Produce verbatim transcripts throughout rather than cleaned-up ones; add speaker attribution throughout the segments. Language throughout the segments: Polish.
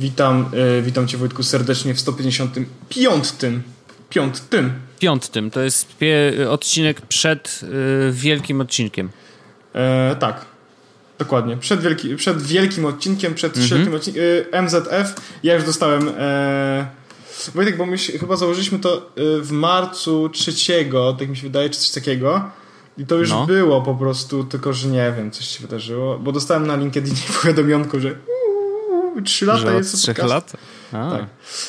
Speaker 1: Witam, y, witam Cię, Wojtku, serdecznie w sto pięćdziesiątym piątym. Piątym.
Speaker 2: Piątym. To jest pie- odcinek przed y, wielkim odcinkiem.
Speaker 1: E, tak, dokładnie. Przed, wielki, przed wielkim odcinkiem, przed mhm. świetnym odcinkiem. Y, M Z F. Ja już dostałem... E... Wojtek, bo my się, chyba założyliśmy to y, w marcu trzeciego, tak mi się wydaje, czy coś takiego. I to już no. było po prostu, tylko że nie wiem, coś się wydarzyło. Bo dostałem na LinkedInie powiadomionko, że trzy lata
Speaker 2: że
Speaker 1: jest
Speaker 2: trzech lat? A.
Speaker 1: Tak.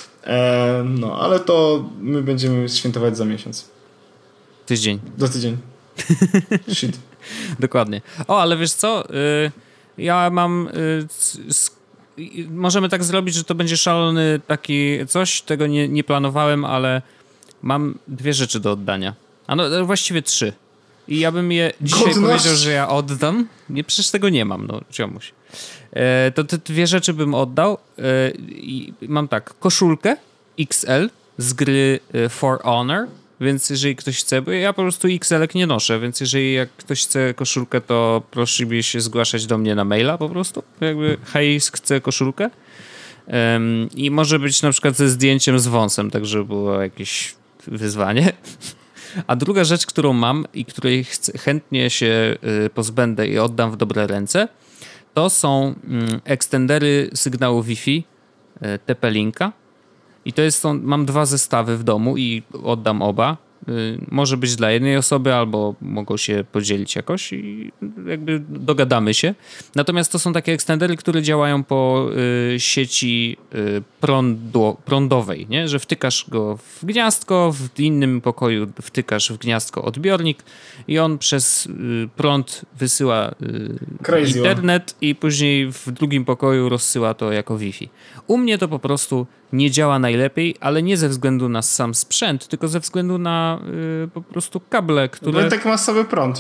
Speaker 1: E, no, ale to my będziemy świętować za miesiąc.
Speaker 2: Tydzień.
Speaker 1: Za tydzień. Shit.
Speaker 2: Dokładnie. O, ale wiesz co? Y, ja mam... Y, s- możemy tak zrobić, że to będzie szalony taki coś. Tego nie, nie planowałem, ale mam dwie rzeczy do oddania. A no, właściwie trzy. I ja bym je dzisiaj
Speaker 1: Godność.
Speaker 2: powiedział, że ja oddam. Nie, przecież tego nie mam, no ciomuś. E, to te dwie rzeczy bym oddał. E, i mam tak, koszulkę X L z gry For Honor, więc jeżeli ktoś chce, bo ja po prostu X L-ek nie noszę, więc jeżeli jak ktoś chce koszulkę, to proszę by się zgłaszać do mnie na maila po prostu. Jakby hej, chcę koszulkę. Um, I może być na przykład ze zdjęciem z wąsem, tak żeby było jakieś wyzwanie. A druga rzecz, którą mam i której chcę, chętnie się y, pozbędę i oddam w dobre ręce, to są y, ekstendery sygnału Wi-Fi y, T P-Linka. I to jest, są, mam dwa zestawy w domu i oddam oba. Y, może być dla jednej osoby, albo mogą się podzielić jakoś i jakby dogadamy się. Natomiast to są takie ekstendery, które działają po y, sieci y, prądu, prądowej, nie? Że wtykasz go w gniazdko, w innym pokoju wtykasz w gniazdko odbiornik i on przez y, prąd wysyła y, internet i później w drugim pokoju rozsyła to jako Wi-Fi. U mnie to po prostu nie działa najlepiej, ale nie ze względu na sam sprzęt, tylko ze względu na y, po prostu kable, które...
Speaker 1: No tak masowy prąd.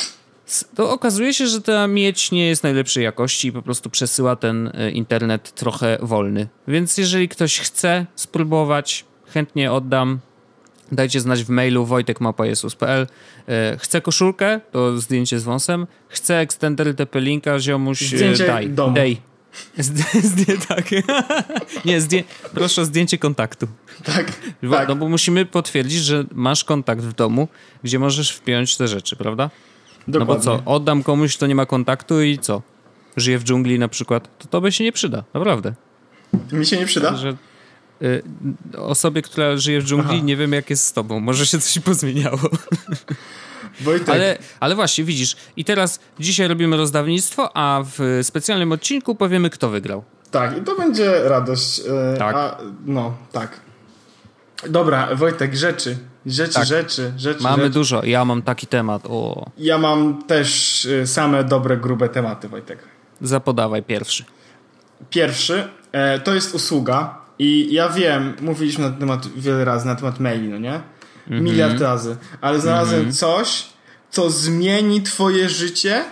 Speaker 2: To okazuje się, że ta miedź nie jest najlepszej jakości i po prostu przesyła ten y, internet trochę wolny. Więc jeżeli ktoś chce spróbować, chętnie oddam. Dajcie znać w mailu wojtek małpa jesus kropka p l. Y, chcę koszulkę, to zdjęcie z wąsem. Chcę ekstendery T P-Linka, ziomuś,
Speaker 1: zdjęcie
Speaker 2: y, daj,
Speaker 1: domu.
Speaker 2: daj. Zdję, tak. Nie, zdję, proszę o zdjęcie kontaktu.
Speaker 1: Tak,
Speaker 2: bo,
Speaker 1: tak.
Speaker 2: No bo musimy potwierdzić, że masz kontakt w domu, gdzie możesz wpiąć te rzeczy, prawda?
Speaker 1: Dokładnie.
Speaker 2: No bo co, oddam komuś, kto nie ma kontaktu i co? Żyje w dżungli na przykład, to tobie się nie przyda, naprawdę.
Speaker 1: Mi się nie przyda?
Speaker 2: Że, y, osobie, która żyje w dżungli, Aha. nie wiem jak jest z tobą. Może się coś pozmieniało.
Speaker 1: Wojtek.
Speaker 2: Ale, ale właśnie, widzisz, i teraz dzisiaj robimy rozdawnictwo, a w specjalnym odcinku powiemy, kto wygrał.
Speaker 1: Tak, i to będzie radość. Yy,
Speaker 2: tak.
Speaker 1: A, no, tak. Dobra, Wojtek, rzeczy. Rzeczy,
Speaker 2: tak.
Speaker 1: rzeczy, rzeczy.
Speaker 2: Mamy
Speaker 1: rzeczy.
Speaker 2: dużo. Ja mam taki temat. O.
Speaker 1: Ja mam też y, same dobre, grube tematy, Wojtek.
Speaker 2: Zapodawaj pierwszy.
Speaker 1: Pierwszy e, to jest usługa i ja wiem, mówiliśmy na ten temat wiele razy, na temat maili, no nie? Mm-hmm. Miliard razy. Ale znalazłem mm-hmm. coś, co zmieni twoje życie.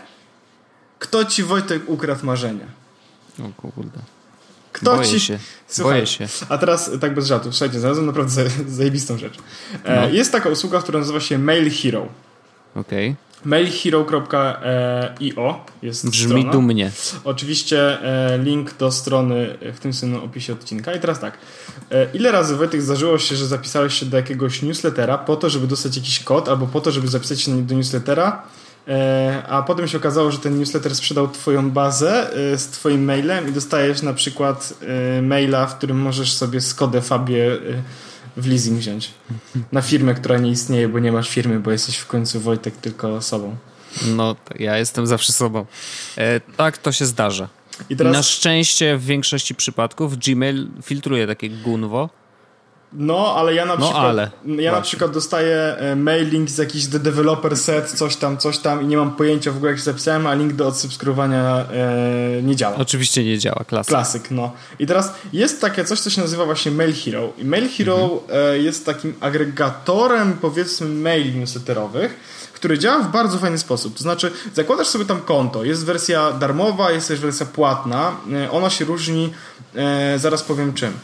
Speaker 1: Kto ci, Wojtek, ukradł marzenia?
Speaker 2: O kurde.
Speaker 1: Kto
Speaker 2: Boję
Speaker 1: ci...
Speaker 2: się.
Speaker 1: Słuchaj,
Speaker 2: Boję się.
Speaker 1: A teraz tak bez żartów. Słuchajcie, znalazłem naprawdę zajebistą rzecz. E, no. Jest taka usługa, która nazywa się Mail Hero.
Speaker 2: Okej. Okay.
Speaker 1: mail hero kropka i o jest
Speaker 2: Brzmi
Speaker 1: strona.
Speaker 2: dumnie.
Speaker 1: Oczywiście e, link do strony w tym samym opisie odcinka. I teraz tak. E, ile razy, Wojtek, zdarzyło się, że zapisałeś się do jakiegoś newslettera po to, żeby dostać jakiś kod, albo po to, żeby zapisać się do newslettera, e, a potem się okazało, że ten newsletter sprzedał twoją bazę e, z twoim mailem i dostajesz na przykład e, maila, w którym możesz sobie Skodę Fabię e, w leasing wziąć. Na firmę, która nie istnieje, bo nie masz firmy, bo jesteś w końcu, Wojtek, tylko sobą.
Speaker 2: No, ja jestem zawsze sobą. E, tak, to się zdarza. I teraz... I na szczęście w większości przypadków Gmail filtruje takie gunwo.
Speaker 1: No, ale ja na
Speaker 2: no,
Speaker 1: przykład
Speaker 2: ale.
Speaker 1: ja na przykład dostaję mail, link z jakiś The Developer Set, coś tam, coś tam i nie mam pojęcia w ogóle, jak się zapisałem, a link do odsubskrybowania e, nie działa.
Speaker 2: Oczywiście nie działa, klasyk.
Speaker 1: Klasyk, no. I teraz jest takie coś, co się nazywa właśnie Mail Hero. I Mail Hero mhm. e, jest takim agregatorem, powiedzmy, maili newsletterowych, który działa w bardzo fajny sposób. To znaczy, zakładasz sobie tam konto. Jest wersja darmowa, jest też wersja płatna. E, ona się różni, e, zaraz powiem czym.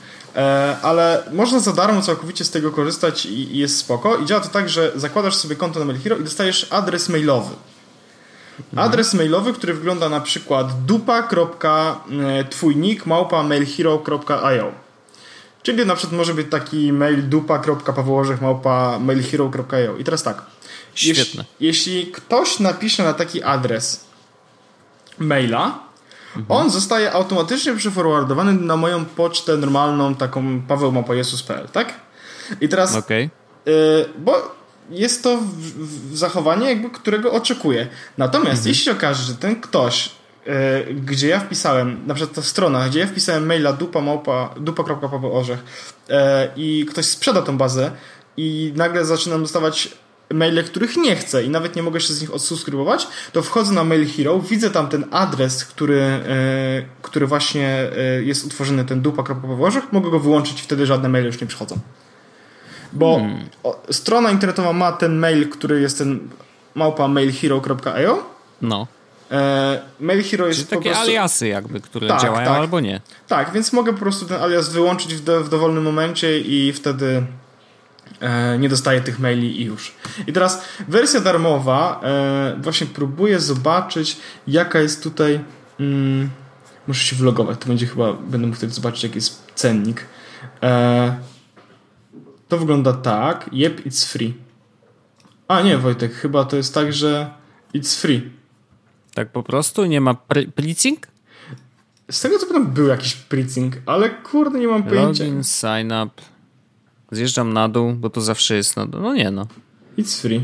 Speaker 1: Ale można za darmo całkowicie z tego korzystać i jest spoko. I działa to tak, że zakładasz sobie konto na Mail Hero i dostajesz adres mailowy. adres mailowy, który wygląda na przykład dupa.twójnik małpa mailhero.io. Czyli na przykład może być taki mail dupa.pawełorzech małpa mailhero.io. I teraz tak.
Speaker 2: Świetne.
Speaker 1: Jeśli, jeśli ktoś napisze na taki adres maila, mhm. on zostaje automatycznie przeforwardowany na moją pocztę normalną, taką paweł małpa jesus kropka p l, tak? I teraz
Speaker 2: okay.
Speaker 1: y, bo jest to w, w zachowanie, jakby, którego oczekuję. Natomiast mhm. jeśli się okaże, że ten ktoś, y, gdzie ja wpisałem, na przykład ta strona, gdzie ja wpisałem maila dupa małpa dupa.pawełorzech y, i ktoś sprzeda tą bazę i nagle zaczynam dostawać maile, których nie chcę i nawet nie mogę się z nich odsubskrybować, to wchodzę na Mail Hero, widzę tam ten adres, który, yy, który właśnie yy, jest utworzony, ten dupa.pawełorzech, mogę go wyłączyć i wtedy żadne maile już nie przychodzą. Bo hmm. o, strona internetowa ma ten mail, który jest ten małpa mailhero kropka i o.
Speaker 2: No.
Speaker 1: E, Mail Hero jest
Speaker 2: Czyli
Speaker 1: po
Speaker 2: takie
Speaker 1: prostu...
Speaker 2: aliasy jakby, które
Speaker 1: tak,
Speaker 2: działają
Speaker 1: tak.
Speaker 2: albo nie.
Speaker 1: Tak, więc mogę po prostu ten alias wyłączyć w, do, w dowolnym momencie i wtedy e, nie dostaję tych maili i już. I teraz wersja darmowa, e, właśnie próbuję zobaczyć, jaka jest tutaj... Mm, muszę się wlogować, to będzie chyba, będę mógł wtedy zobaczyć, jaki jest cennik. E, to wygląda tak. Yep, it's free. A nie, Wojtek, chyba to jest tak, że it's free.
Speaker 2: Tak po prostu? Nie ma pricing?
Speaker 1: Z tego co pamiętam był jakiś pricing, ale kurde nie mam pojęcia.
Speaker 2: Login, sign up. Zjeżdżam na dół, bo to zawsze jest na dół. No nie no.
Speaker 1: It's free.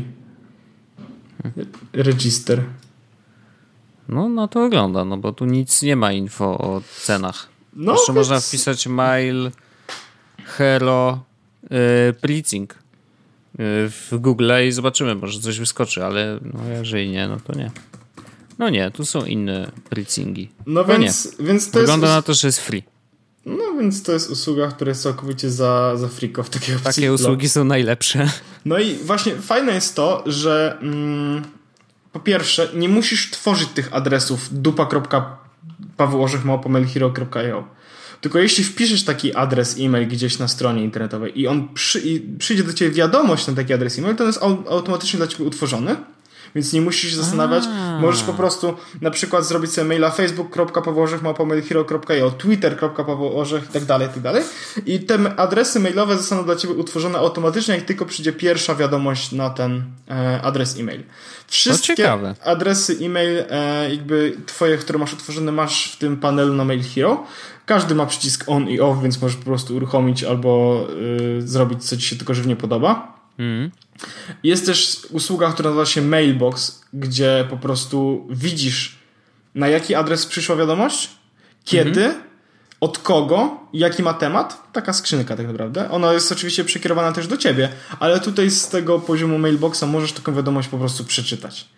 Speaker 1: Register.
Speaker 2: No na to wygląda, no bo tu nic nie ma info o cenach.
Speaker 1: No,
Speaker 2: Jeszcze
Speaker 1: więc...
Speaker 2: można wpisać mail hero yy, pricing yy, w Google i zobaczymy, może coś wyskoczy, ale no, jeżeli nie, no to nie. No nie, tu są inne pricingi.
Speaker 1: No, no więc,
Speaker 2: nie.
Speaker 1: więc to
Speaker 2: wygląda
Speaker 1: jest...
Speaker 2: na to, że jest free.
Speaker 1: No więc to jest usługa, która jest całkowicie za, za friko w takiej opcji.
Speaker 2: Takie usługi są najlepsze.
Speaker 1: No i właśnie fajne jest to, że mm, po pierwsze nie musisz tworzyć tych adresów dupa.pawełorzech małpa mailhero kropka i o. Tylko jeśli wpiszesz taki adres e-mail gdzieś na stronie internetowej i on przy, i przyjdzie do ciebie wiadomość na taki adres e-mail, to on jest automatycznie dla ciebie utworzony. Więc nie musisz się zastanawiać. A. Możesz po prostu na przykład zrobić sobie maila facebook.pawełorzech małpa mailhero kropka i o, twitter.pawełorzech i tak dalej, i tak dalej. I te adresy mailowe zostaną dla ciebie utworzone automatycznie, jak tylko przyjdzie pierwsza wiadomość na ten e, adres e-mail. Wszystkie adresy e-mail e, jakby twoje, które masz utworzone, masz w tym panelu na Mail Hero. Każdy ma przycisk on i off, więc możesz po prostu uruchomić albo y, zrobić, co ci się tylko żywnie podoba. Mm. Jest też usługa, która nazywa się Mailbox, gdzie po prostu widzisz, na jaki adres przyszła wiadomość, kiedy, mm-hmm. od kogo, jaki ma temat. Taka skrzynka tak naprawdę. Ona jest oczywiście przekierowana też do ciebie, ale tutaj z tego poziomu Mailboxa możesz taką wiadomość po prostu przeczytać.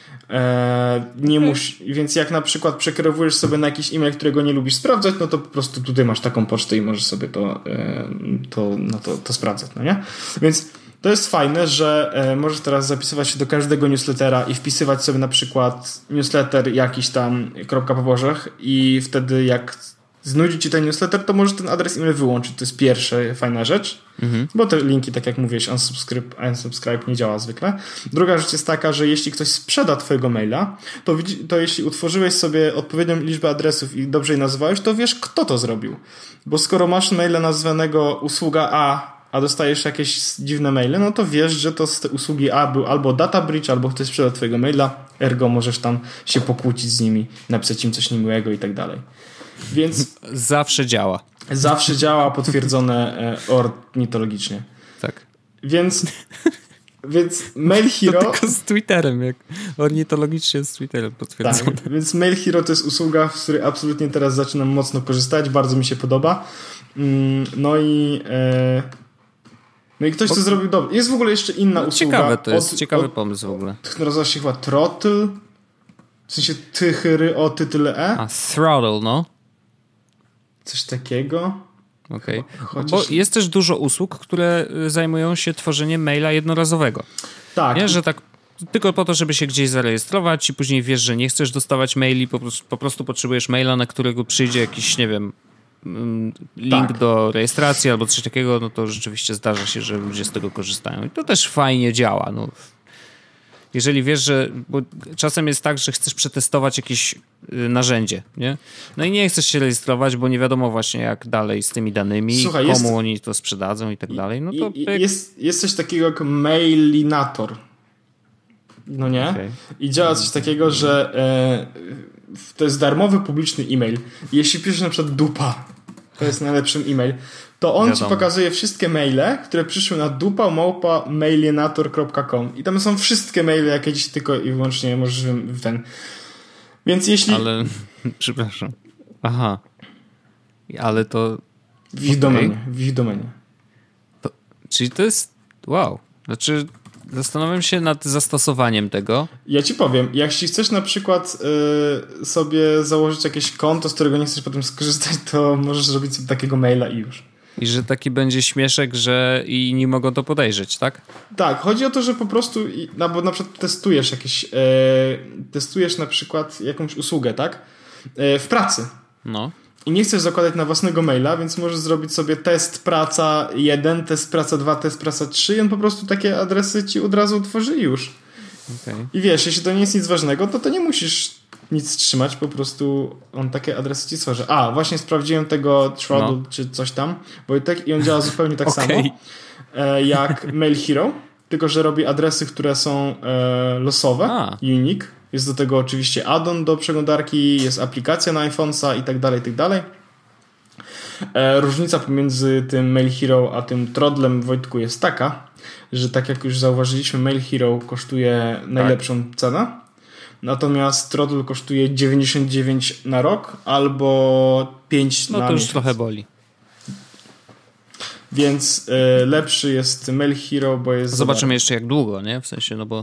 Speaker 1: Eee, nie okay. mus- więc jak na przykład przekierowujesz sobie na jakiś e-mail, którego nie lubisz sprawdzać, no to po prostu tutaj masz taką pocztę i możesz sobie to, e, to, no to, to sprawdzać, no nie? Więc to jest fajne, że e, możesz teraz zapisywać się do każdego newslettera i wpisywać sobie na przykład newsletter jakiś tam .pawełorzech i wtedy jak znudzi ci ten newsletter, to możesz ten adres e-mail wyłączyć. To jest pierwsza fajna rzecz, mhm. bo te linki, tak jak mówiłeś, unsubscribe, unsubscribe nie działa zwykle. Druga rzecz jest taka, że jeśli ktoś sprzeda twojego maila, to, to jeśli utworzyłeś sobie odpowiednią liczbę adresów i dobrze je nazwałeś, to wiesz, kto to zrobił. Bo skoro masz maila nazwanego usługa A, a dostajesz jakieś dziwne maile, no to wiesz, że to z tej usługi A był albo data breach, albo ktoś sprzedał twojego maila, ergo możesz tam się pokłócić z nimi, napisać im coś niemiłego i tak dalej. Więc
Speaker 2: zawsze działa.
Speaker 1: Zawsze działa, potwierdzone e, ornitologicznie.
Speaker 2: Tak.
Speaker 1: Więc więc Mail Hero...
Speaker 2: To tylko z Twitterem, jak ornitologicznie z Twitterem potwierdzone.
Speaker 1: Tak, więc Mail Hero to jest usługa, z której absolutnie teraz zaczynam mocno korzystać, bardzo mi się podoba. No i e, no i ktoś to zrobił dobrze. Jest w ogóle jeszcze inna no, usługa.
Speaker 2: Ciekawe to jest,
Speaker 1: od,
Speaker 2: ciekawy
Speaker 1: od,
Speaker 2: pomysł w ogóle.
Speaker 1: Nazywa się chyba Throttle. W sensie tychyry o tytyle e.
Speaker 2: A, Throttle, no.
Speaker 1: Coś takiego.
Speaker 2: Okej. Okay. Chociaż... Bo jest też dużo usług, które zajmują się tworzeniem maila jednorazowego.
Speaker 1: Tak.
Speaker 2: Nie, że tak tylko po to, żeby się gdzieś zarejestrować i później wiesz, że nie chcesz dostawać maili, po prostu, po prostu potrzebujesz maila, na którego przyjdzie jakiś, nie wiem, link tak. do rejestracji albo coś takiego, no to rzeczywiście zdarza się, że ludzie z tego korzystają. I to też fajnie działa. No. Jeżeli wiesz, że... Bo czasem jest tak, że chcesz przetestować jakieś y, narzędzie, nie? No i nie chcesz się rejestrować, bo nie wiadomo właśnie jak dalej z tymi danymi, Słuchaj, komu jest... oni to sprzedadzą i tak dalej. No to...
Speaker 1: I, i, jest, jest coś takiego jak Mailinator. No nie? Okay. I działa coś takiego, że e, to jest darmowy, publiczny e-mail. I jeśli piszesz na przykład dupa, to jest najlepszy e-mail, to on Wiadomo. ci pokazuje wszystkie maile, które przyszły na dupa małpa mailinator kropka com i tam są wszystkie maile, jakie dziś tylko i wyłącznie możesz w ten. Więc jeśli...
Speaker 2: Ale, przepraszam. Aha. Ale to...
Speaker 1: W ich okay. domenie. W ich domenie.
Speaker 2: To, czyli to jest... Wow. Znaczy... Zastanawiam się nad zastosowaniem tego.
Speaker 1: Ja ci powiem, jeśli chcesz na przykład yy, sobie założyć jakieś konto, z którego nie chcesz potem skorzystać, to możesz zrobić sobie takiego maila i już.
Speaker 2: I że taki będzie śmieszek, że i nie mogą to podejrzeć, tak?
Speaker 1: Tak, chodzi o to, że po prostu, no bo na przykład testujesz jakieś, yy, testujesz na przykład jakąś usługę, tak? Yy, w pracy.
Speaker 2: No.
Speaker 1: I nie chcesz zakładać na własnego maila, więc możesz zrobić sobie test praca jeden, test praca dwa, test praca trzy i on po prostu takie adresy ci od razu utworzy i już. Okay. I wiesz, jeśli to nie jest nic ważnego, to to nie musisz nic trzymać, po prostu on takie adresy ci stworzy. A, właśnie sprawdziłem tego Throttle no. czy coś tam, Wojtek, i on działa zupełnie tak okay. samo e, jak Mail Hero, tylko że robi adresy, które są e, losowe, A. unique. Jest do tego oczywiście add-on do przeglądarki, jest aplikacja na iPhone'a i tak dalej, i tak dalej. E, różnica pomiędzy tym Mail Hero a tym Throttlem, Wojtku, jest taka, że tak jak już zauważyliśmy, Mail Hero kosztuje najlepszą tak. cenę, natomiast Throttle kosztuje dziewięćdziesiąt dziewięć na rok albo pięć
Speaker 2: no
Speaker 1: na
Speaker 2: to już
Speaker 1: miesiąc.
Speaker 2: Trochę boli.
Speaker 1: Więc e, lepszy jest Mail Hero, bo jest...
Speaker 2: Zobaczymy jeszcze jak długo, nie? W sensie, no bo...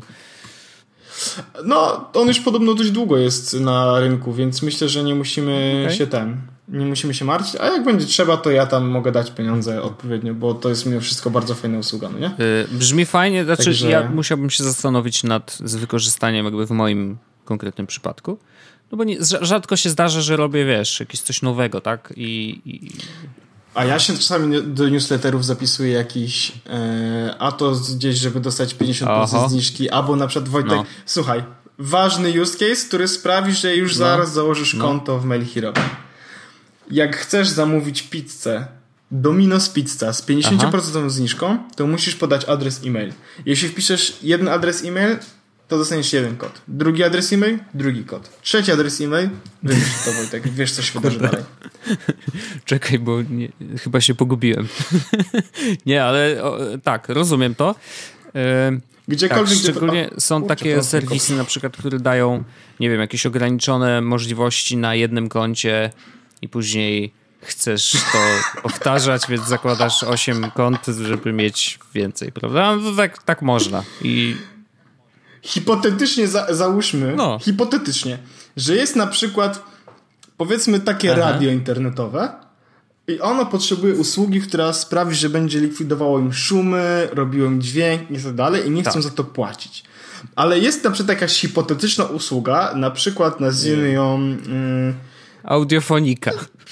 Speaker 1: No, on już podobno dość długo jest na rynku, więc myślę, że nie musimy okay. się ten, nie musimy się martwić, a jak będzie trzeba, to ja tam mogę dać pieniądze odpowiednio, bo to jest mimo wszystko bardzo fajna usługa, no nie?
Speaker 2: Yy, brzmi fajnie, znaczy Także... ja musiałbym się zastanowić nad z wykorzystaniem jakby w moim konkretnym przypadku, no bo nie, rzadko się zdarza, że robię, wiesz, jakieś coś nowego, tak? I... i...
Speaker 1: A ja się czasami do newsletterów zapisuję jakiś e, a to gdzieś, żeby dostać pięćdziesiąt procent Oho. zniżki, albo na przykład Wojtek, no. słuchaj, ważny use case, który sprawi, że już no. zaraz założysz no. konto w Mail Hero. Jak chcesz zamówić pizzę Domino's Pizza z pięćdziesiąt procent Aha. zniżką, to musisz podać adres e-mail. Jeśli wpiszesz jeden adres e-mail, to dostaniesz jeden kod. Drugi adres e-mail, drugi kod. Trzeci adres e-mail, wymyśl to, Wojtek, wiesz, co się wydarzy dalej.
Speaker 2: Czekaj, bo nie, chyba się pogubiłem. nie, ale o, tak, rozumiem to. E, Gdziekolwiek. Tak, szczególnie gdzie... są Kurczę, takie serwisy na przykład, które dają, nie wiem, jakieś ograniczone możliwości na jednym koncie i później chcesz to powtarzać, więc zakładasz osiem kont, żeby mieć więcej, prawda? No to tak, tak można. I
Speaker 1: hipotetycznie za, załóżmy, no. hipotetycznie, że jest na przykład powiedzmy takie Aha. radio internetowe i ono potrzebuje usługi, która sprawi, że będzie likwidowało im szumy, robiło im dźwięk i tak dalej i nie chcą tak. za to płacić. Ale jest na przykład jakaś hipotetyczna usługa, na przykład nazwijmy ją mm,
Speaker 2: audiofonika.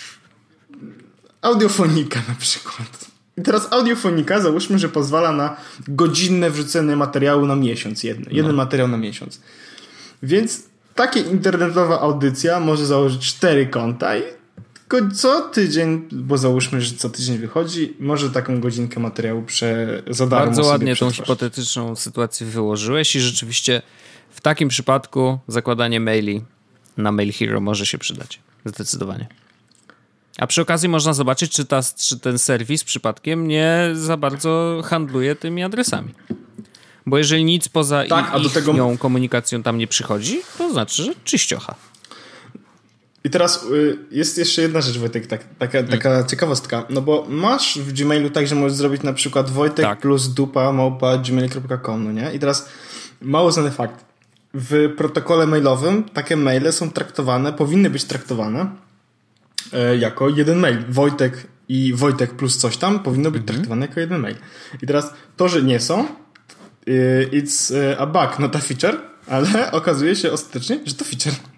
Speaker 1: Audiofonika na przykład. I teraz audiofonika, załóżmy, że pozwala na godzinne wrzucenie materiału na miesiąc. Jeden, no. jeden materiał na miesiąc. Więc taka internetowa audycja może założyć cztery konta i co tydzień, bo załóżmy, że co tydzień wychodzi, może taką godzinkę materiału prze, za darmo
Speaker 2: Bardzo
Speaker 1: sobie
Speaker 2: ładnie tą hipotetyczną sytuację wyłożyłeś i rzeczywiście w takim przypadku zakładanie maili na Mail Hero może się przydać. Zdecydowanie. A przy okazji można zobaczyć, czy, ta, czy ten serwis przypadkiem nie za bardzo handluje tymi adresami. Bo jeżeli nic poza tak, ich, a do tego... ich komunikacją tam nie przychodzi, to znaczy, że czyściocha.
Speaker 1: I teraz y, jest jeszcze jedna rzecz, Wojtek, tak, taka, taka hmm. ciekawostka. No bo masz w Gmailu tak, że możesz zrobić na przykład Wojtek tak. plus dupa małpa gmail kropka com, no nie? I teraz mało znany fakt. W protokole mailowym takie maile są traktowane, powinny być traktowane e, jako jeden mail. Wojtek i Wojtek plus coś tam powinno być mhm. traktowane jako jeden mail. I teraz to, że nie są, y, it's a bug, not a feature, ale okazuje się ostatecznie, że to feature.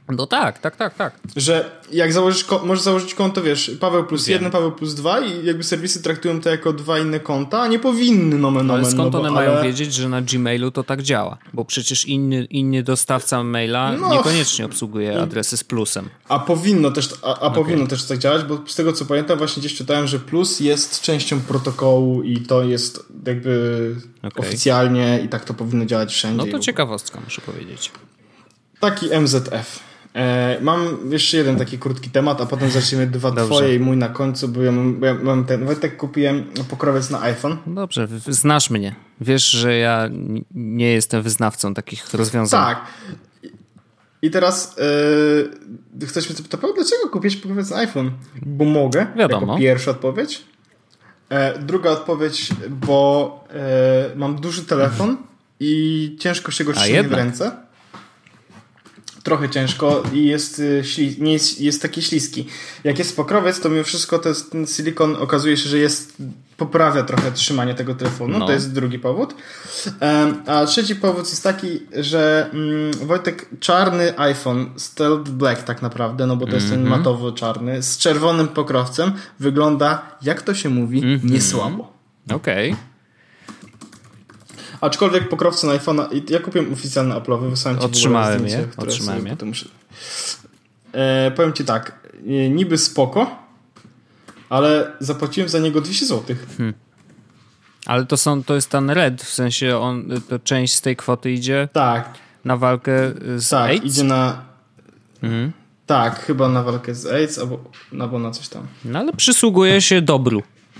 Speaker 2: No tak, tak, tak, tak.
Speaker 1: Że jak założysz, możesz założyć konto, wiesz, Paweł plus
Speaker 2: Wiem.
Speaker 1: jeden, Paweł plus dwa i jakby serwisy traktują to jako dwa inne konta, a nie powinny nomen
Speaker 2: Ale
Speaker 1: omen.
Speaker 2: skąd
Speaker 1: no bo,
Speaker 2: one
Speaker 1: ale...
Speaker 2: mają wiedzieć, że na Gmailu to tak działa? Bo przecież inny, inny dostawca maila
Speaker 1: No.
Speaker 2: niekoniecznie obsługuje adresy z plusem.
Speaker 1: A powinno też, a, a
Speaker 2: Okay.
Speaker 1: powinno też tak działać, bo z tego co pamiętam właśnie gdzieś czytałem, że plus jest częścią protokołu i to jest jakby
Speaker 2: Okay.
Speaker 1: oficjalnie i tak to powinno działać wszędzie.
Speaker 2: No to ciekawostka, muszę powiedzieć.
Speaker 1: Taki M Z F. E, mam jeszcze jeden taki krótki temat, a potem zaczniemy dwa
Speaker 2: Dobrze.
Speaker 1: twoje i mój na końcu, bo ja mam, bo ja mam ten, Wojtek, kupiłem pokrowiec na iPhone.
Speaker 2: Dobrze, znasz mnie. Wiesz, że ja nie jestem wyznawcą takich rozwiązań.
Speaker 1: Tak. I teraz yy, chcesz mnie zapytać, dlaczego kupiłeś pokrowiec na iPhone? Bo mogę.
Speaker 2: Wiadomo.
Speaker 1: Jako pierwsza odpowiedź. E, druga odpowiedź, bo e, mam duży telefon i ciężko się go trzyma w ręce. Trochę ciężko i jest, śli- nie jest, jest taki śliski. Jak jest pokrowiec, to mimo wszystko to jest, ten silikon okazuje się, że jest poprawia trochę trzymanie tego telefonu.
Speaker 2: No.
Speaker 1: To jest drugi powód. Um, a trzeci powód jest taki, że mm, Wojtek, czarny iPhone Stealth Black tak naprawdę, no bo to mm-hmm. jest ten matowo-czarny, z czerwonym pokrowcem wygląda, jak to się mówi, mm-hmm. niesłabo.
Speaker 2: Okej. Okay.
Speaker 1: Aczkolwiek pokrowce na iPhone'a, ja kupiłem oficjalne Apple'owe, wysłałem ci
Speaker 2: Otrzymałem
Speaker 1: zdjęcie,
Speaker 2: je,
Speaker 1: które
Speaker 2: otrzymałem
Speaker 1: sobie
Speaker 2: je.
Speaker 1: potem muszę... E, powiem ci tak, e, niby spoko, ale zapłaciłem za niego dwieście złotych. Hmm.
Speaker 2: Ale to są, to jest ten red, w sensie on, to część z tej kwoty idzie
Speaker 1: tak.
Speaker 2: na walkę z
Speaker 1: tak,
Speaker 2: AIDS?
Speaker 1: idzie na...
Speaker 2: Mhm.
Speaker 1: Tak, chyba na walkę z AIDS, albo, albo na coś tam.
Speaker 2: No ale przysługuje się dobru.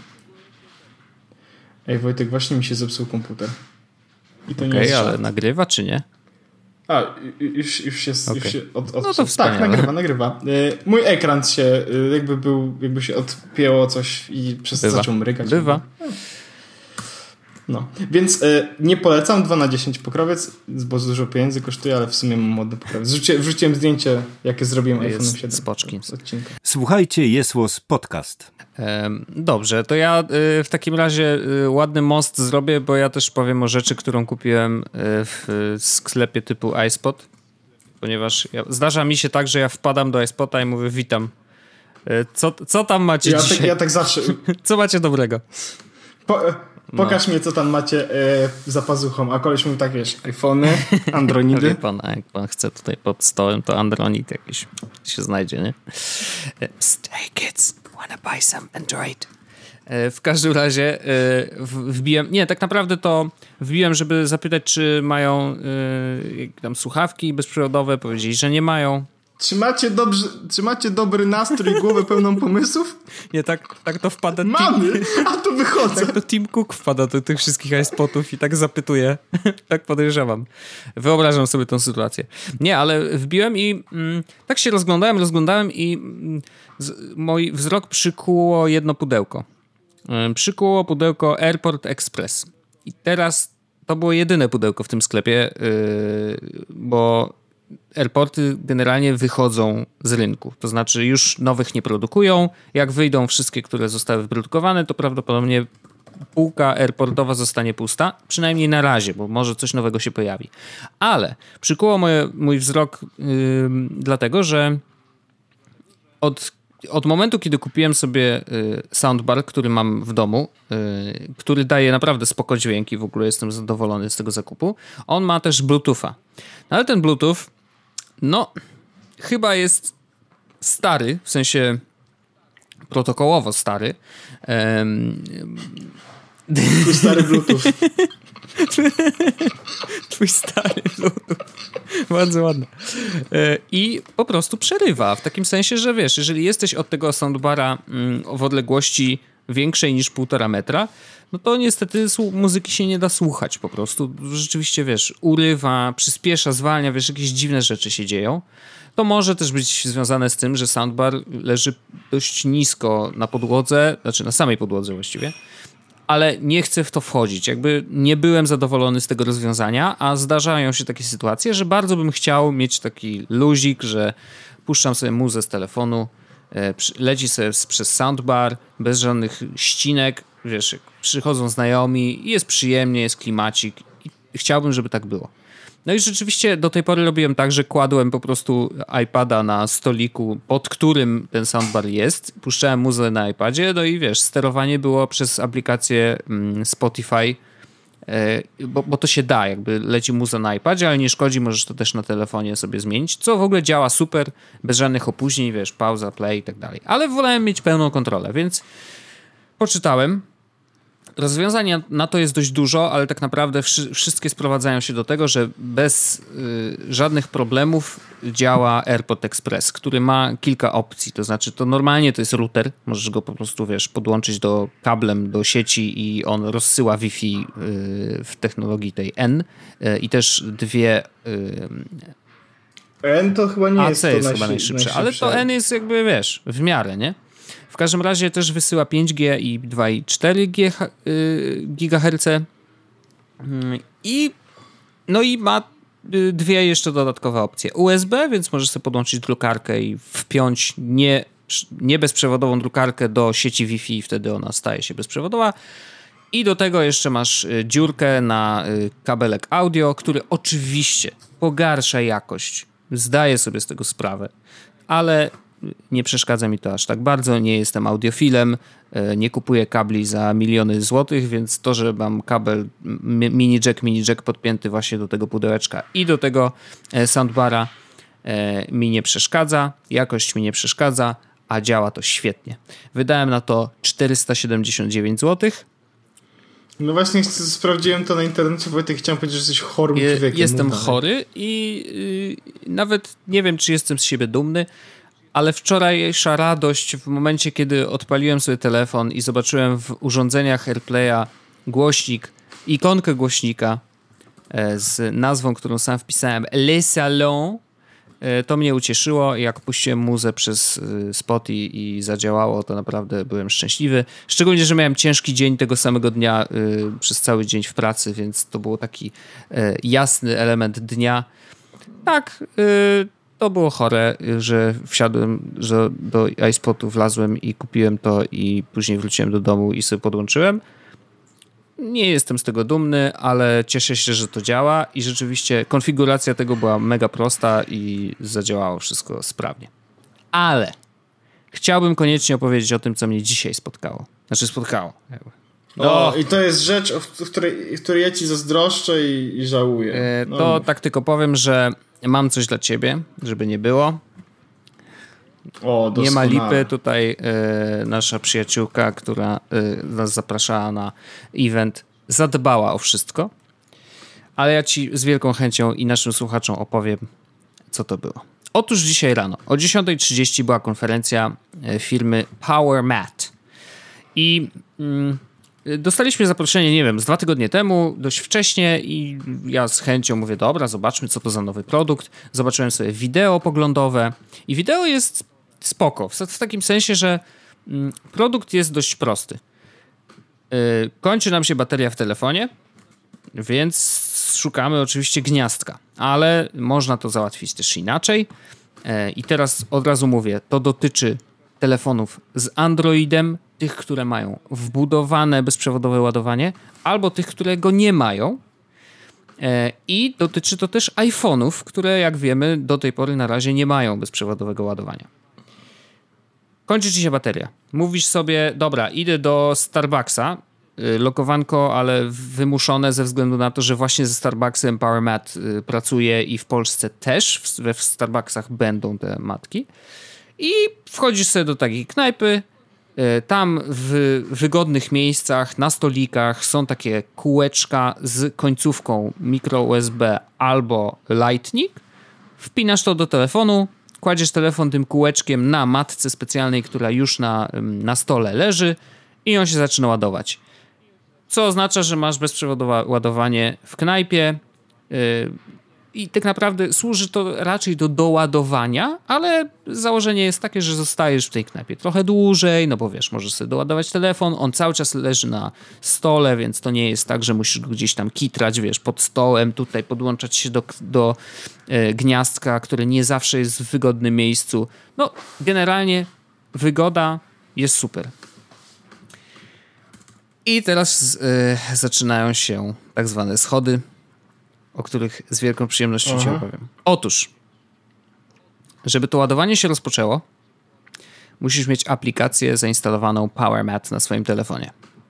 Speaker 1: Ej Wojtek, właśnie mi się zepsuł komputer. I to
Speaker 2: Okej,
Speaker 1: nie jest
Speaker 2: ale
Speaker 1: żart.
Speaker 2: nagrywa czy nie?
Speaker 1: A, już, już się, okay. już się od, od,
Speaker 2: No to wspaniale.
Speaker 1: Tak, nagrywa, nagrywa. Mój ekran się jakby był, jakby się odpięło coś i przez to zaczął mrygać.
Speaker 2: Bywa.
Speaker 1: No, więc y, nie polecam dwa na dziesięć pokrowiec, bo dużo pieniędzy kosztuje, ale w sumie mam modny pokrowiec. Wrzuci, wrzuciłem zdjęcie, jakie zrobiłem iPhone siedem.
Speaker 2: Spoczki.
Speaker 1: Z odcinka.
Speaker 3: Słuchajcie, Jesłos Podcast.
Speaker 2: Dobrze, to ja w takim razie ładny most zrobię, bo ja też powiem o rzeczy, którą kupiłem w sklepie typu iSpot, ponieważ ja, zdarza mi się tak, że ja wpadam do iSpota i mówię witam. Co, co tam macie
Speaker 1: ja
Speaker 2: dzisiaj?
Speaker 1: Tak, ja tak zawsze...
Speaker 2: Co macie dobrego?
Speaker 1: Po, pokaż no. mi, co tam macie e, za pazuchą, a koleś mówi tak, wiesz, iPhony, Androidy.
Speaker 2: Wie pan, a jak pan chce tutaj pod stołem, to Android jakiś się znajdzie, nie? Psst, hey kids, wanna buy some Android? W każdym razie wbiłem, nie, tak naprawdę to wbiłem, żeby zapytać, czy mają tam słuchawki bezprzewodowe, powiedzieli, że nie mają.
Speaker 1: Czy macie, dobrze, czy macie dobry nastrój, głowę pełną pomysłów?
Speaker 2: Nie, tak, tak to wpada...
Speaker 1: Mamy, team, a tu wychodzę.
Speaker 2: Tak to Tim Cook wpada do tych wszystkich iSpotów i tak zapytuje. Tak podejrzewam. Wyobrażam sobie tą sytuację. Nie, ale wbiłem i mm, tak się rozglądałem, rozglądałem i mm, z, mój wzrok przykuło jedno pudełko. Ym, przykuło pudełko Airport Express. I teraz to było jedyne pudełko w tym sklepie, yy, bo... Airporty generalnie wychodzą z rynku. To znaczy już nowych nie produkują. Jak wyjdą wszystkie, które zostały wyprodukowane, to prawdopodobnie półka airportowa zostanie pusta. Przynajmniej na razie, bo może coś nowego się pojawi. Ale przykuło moje, mój wzrok yy, dlatego, że od, od momentu, kiedy kupiłem sobie yy, soundbar, który mam w domu, yy, który daje naprawdę spoko dźwięki, w ogóle jestem zadowolony z tego zakupu, on ma też Bluetootha. No ale ten Bluetooth no, chyba jest stary, w sensie protokołowo stary. Um,
Speaker 1: Twój stary Bluetooth.
Speaker 2: Twój stary Bluetooth. Bardzo ładne. I po prostu przerywa, w takim sensie, że wiesz, jeżeli jesteś od tego soundbara w odległości większej niż półtora metra, no to niestety muzyki się nie da słuchać po prostu. Rzeczywiście, wiesz, urywa, przyspiesza, zwalnia, wiesz, jakieś dziwne rzeczy się dzieją. To może też być związane z tym, że soundbar leży dość nisko na podłodze, znaczy na samej podłodze właściwie, ale nie chcę w to wchodzić. Jakby nie byłem zadowolony z tego rozwiązania, a zdarzają się takie sytuacje, że bardzo bym chciał mieć taki luzik, że puszczam sobie muzę z telefonu, leci sobie przez soundbar, bez żadnych ścinek, wiesz, przychodzą znajomi i jest przyjemnie, jest klimacik i chciałbym, żeby tak było. No i rzeczywiście do tej pory robiłem tak, że kładłem po prostu iPada na stoliku, pod którym ten soundbar jest, puszczałem muzę na iPadzie, no i wiesz, sterowanie było przez aplikację Spotify, bo, bo to się da, jakby leci muza na iPadzie, ale nie szkodzi, możesz to też na telefonie sobie zmienić, co w ogóle działa super, bez żadnych opóźnień, wiesz, pauza, play i tak dalej. Ale wolałem mieć pełną kontrolę, więc poczytałem. Rozwiązań na to jest dość dużo, ale tak naprawdę wszy- wszystkie sprowadzają się do tego, że bez y, żadnych problemów działa AirPod Express, który ma kilka opcji. To znaczy, to normalnie to jest router, możesz go po prostu, wiesz, podłączyć do kablem do sieci i on rozsyła Wi-Fi y, w technologii tej N y, i też dwie... Y,
Speaker 1: N to chyba nie
Speaker 2: A C
Speaker 1: jest to
Speaker 2: jest
Speaker 1: najsi-
Speaker 2: chyba najszybsze,
Speaker 1: najszybsze,
Speaker 2: ale to N jest jakby, wiesz, w miarę, nie? W każdym razie też wysyła pięć G i dwa i cztery gigaherce i no i ma dwie jeszcze dodatkowe opcje. U S B, więc możesz sobie podłączyć drukarkę i wpiąć nie, nie bezprzewodową drukarkę do sieci Wi-Fi i wtedy ona staje się bezprzewodowa. I do tego jeszcze masz dziurkę na kabelek audio, który oczywiście pogarsza jakość. Zdaję sobie z tego sprawę, ale nie przeszkadza mi to aż tak bardzo, nie jestem audiofilem, nie kupuję kabli za miliony złotych, więc to, że mam kabel mini jack, mini jack podpięty właśnie do tego pudełeczka i do tego soundbara mi nie przeszkadza, jakość mi nie przeszkadza, a działa to świetnie. Wydałem na to czterysta siedemdziesiąt dziewięć złotych.
Speaker 1: No właśnie sprawdziłem to na internecie, Wojtek, chciałem powiedzieć, że jesteś chorym człowiekiem.
Speaker 2: Jestem chory i yy, nawet nie wiem, czy jestem z siebie dumny, ale wczorajsza radość w momencie, kiedy odpaliłem sobie telefon i zobaczyłem w urządzeniach AirPlaya głośnik, ikonkę głośnika z nazwą, którą sam wpisałem, Le Salon, to mnie ucieszyło. Jak puściłem muzę przez Spot i, i zadziałało, to naprawdę byłem szczęśliwy. Szczególnie, że miałem ciężki dzień tego samego dnia y, przez cały dzień w pracy, więc to był taki y, jasny element dnia. Tak, y, to było chore, że wsiadłem, że do iSpotu wlazłem i kupiłem to i później wróciłem do domu i sobie podłączyłem. Nie jestem z tego dumny, ale cieszę się, że to działa i rzeczywiście konfiguracja tego była mega prosta i zadziałało wszystko sprawnie. Ale chciałbym koniecznie opowiedzieć o tym, co mnie dzisiaj spotkało. Znaczy spotkało.
Speaker 1: No. O, i to jest rzecz, w której, w której ja ci zazdroszczę i, i żałuję. No,
Speaker 2: to tak tylko powiem, że mam coś dla ciebie, żeby nie było.
Speaker 1: O,
Speaker 2: nie ma lipy. Tutaj y, nasza przyjaciółka, która y, nas zapraszała na event, zadbała o wszystko. Ale ja ci z wielką chęcią i naszym słuchaczom opowiem, co to było. Otóż dzisiaj rano o dziesiąta trzydzieści była konferencja firmy PowerMatt. I mm, dostaliśmy zaproszenie, nie wiem, z dwa tygodnie temu, dość wcześnie i ja z chęcią mówię, dobra, zobaczmy, co to za nowy produkt. Zobaczyłem sobie wideo poglądowe i wideo jest spoko, w, w takim sensie, że mm, produkt jest dość prosty. Yy, kończy nam się bateria w telefonie, więc szukamy oczywiście gniazdka, ale można to załatwić też inaczej. Yy, I teraz od razu mówię, to dotyczy telefonów z Androidem, tych, które mają wbudowane bezprzewodowe ładowanie, albo tych, które go nie mają. I dotyczy to też iPhone'ów, które, jak wiemy, do tej pory na razie nie mają bezprzewodowego ładowania. Kończy ci się bateria. Mówisz sobie, dobra, idę do Starbucksa, lokowanko, ale wymuszone ze względu na to, że właśnie ze Starbucksem PowerMatt pracuje i w Polsce też, we w Starbucksach będą te matki. I wchodzisz sobie do takiej knajpy, tam w wygodnych miejscach, na stolikach są takie kółeczka z końcówką micro U S B albo Lightning. Wpinasz to do telefonu, kładziesz telefon tym kółeczkiem na matce specjalnej, która już na, na stole leży i on się zaczyna ładować. Co oznacza, że masz bezprzewodowe ładowanie w knajpie. Yy, I tak naprawdę służy to raczej do doładowania, ale założenie jest takie, że zostajesz w tej knajpie trochę dłużej, no bo wiesz, możesz sobie doładować telefon, on cały czas leży na stole, więc to nie jest tak, że musisz go gdzieś tam kitrać, wiesz, pod stołem, tutaj podłączać się do, do e, gniazdka, które nie zawsze jest w wygodnym miejscu. No, generalnie wygoda jest super. I teraz e, zaczynają się tak zwane schody. o których z wielką przyjemnością
Speaker 1: Aha.
Speaker 2: ci opowiem. Otóż, żeby to ładowanie się rozpoczęło, musisz mieć aplikację zainstalowaną PowerMat na swoim telefonie.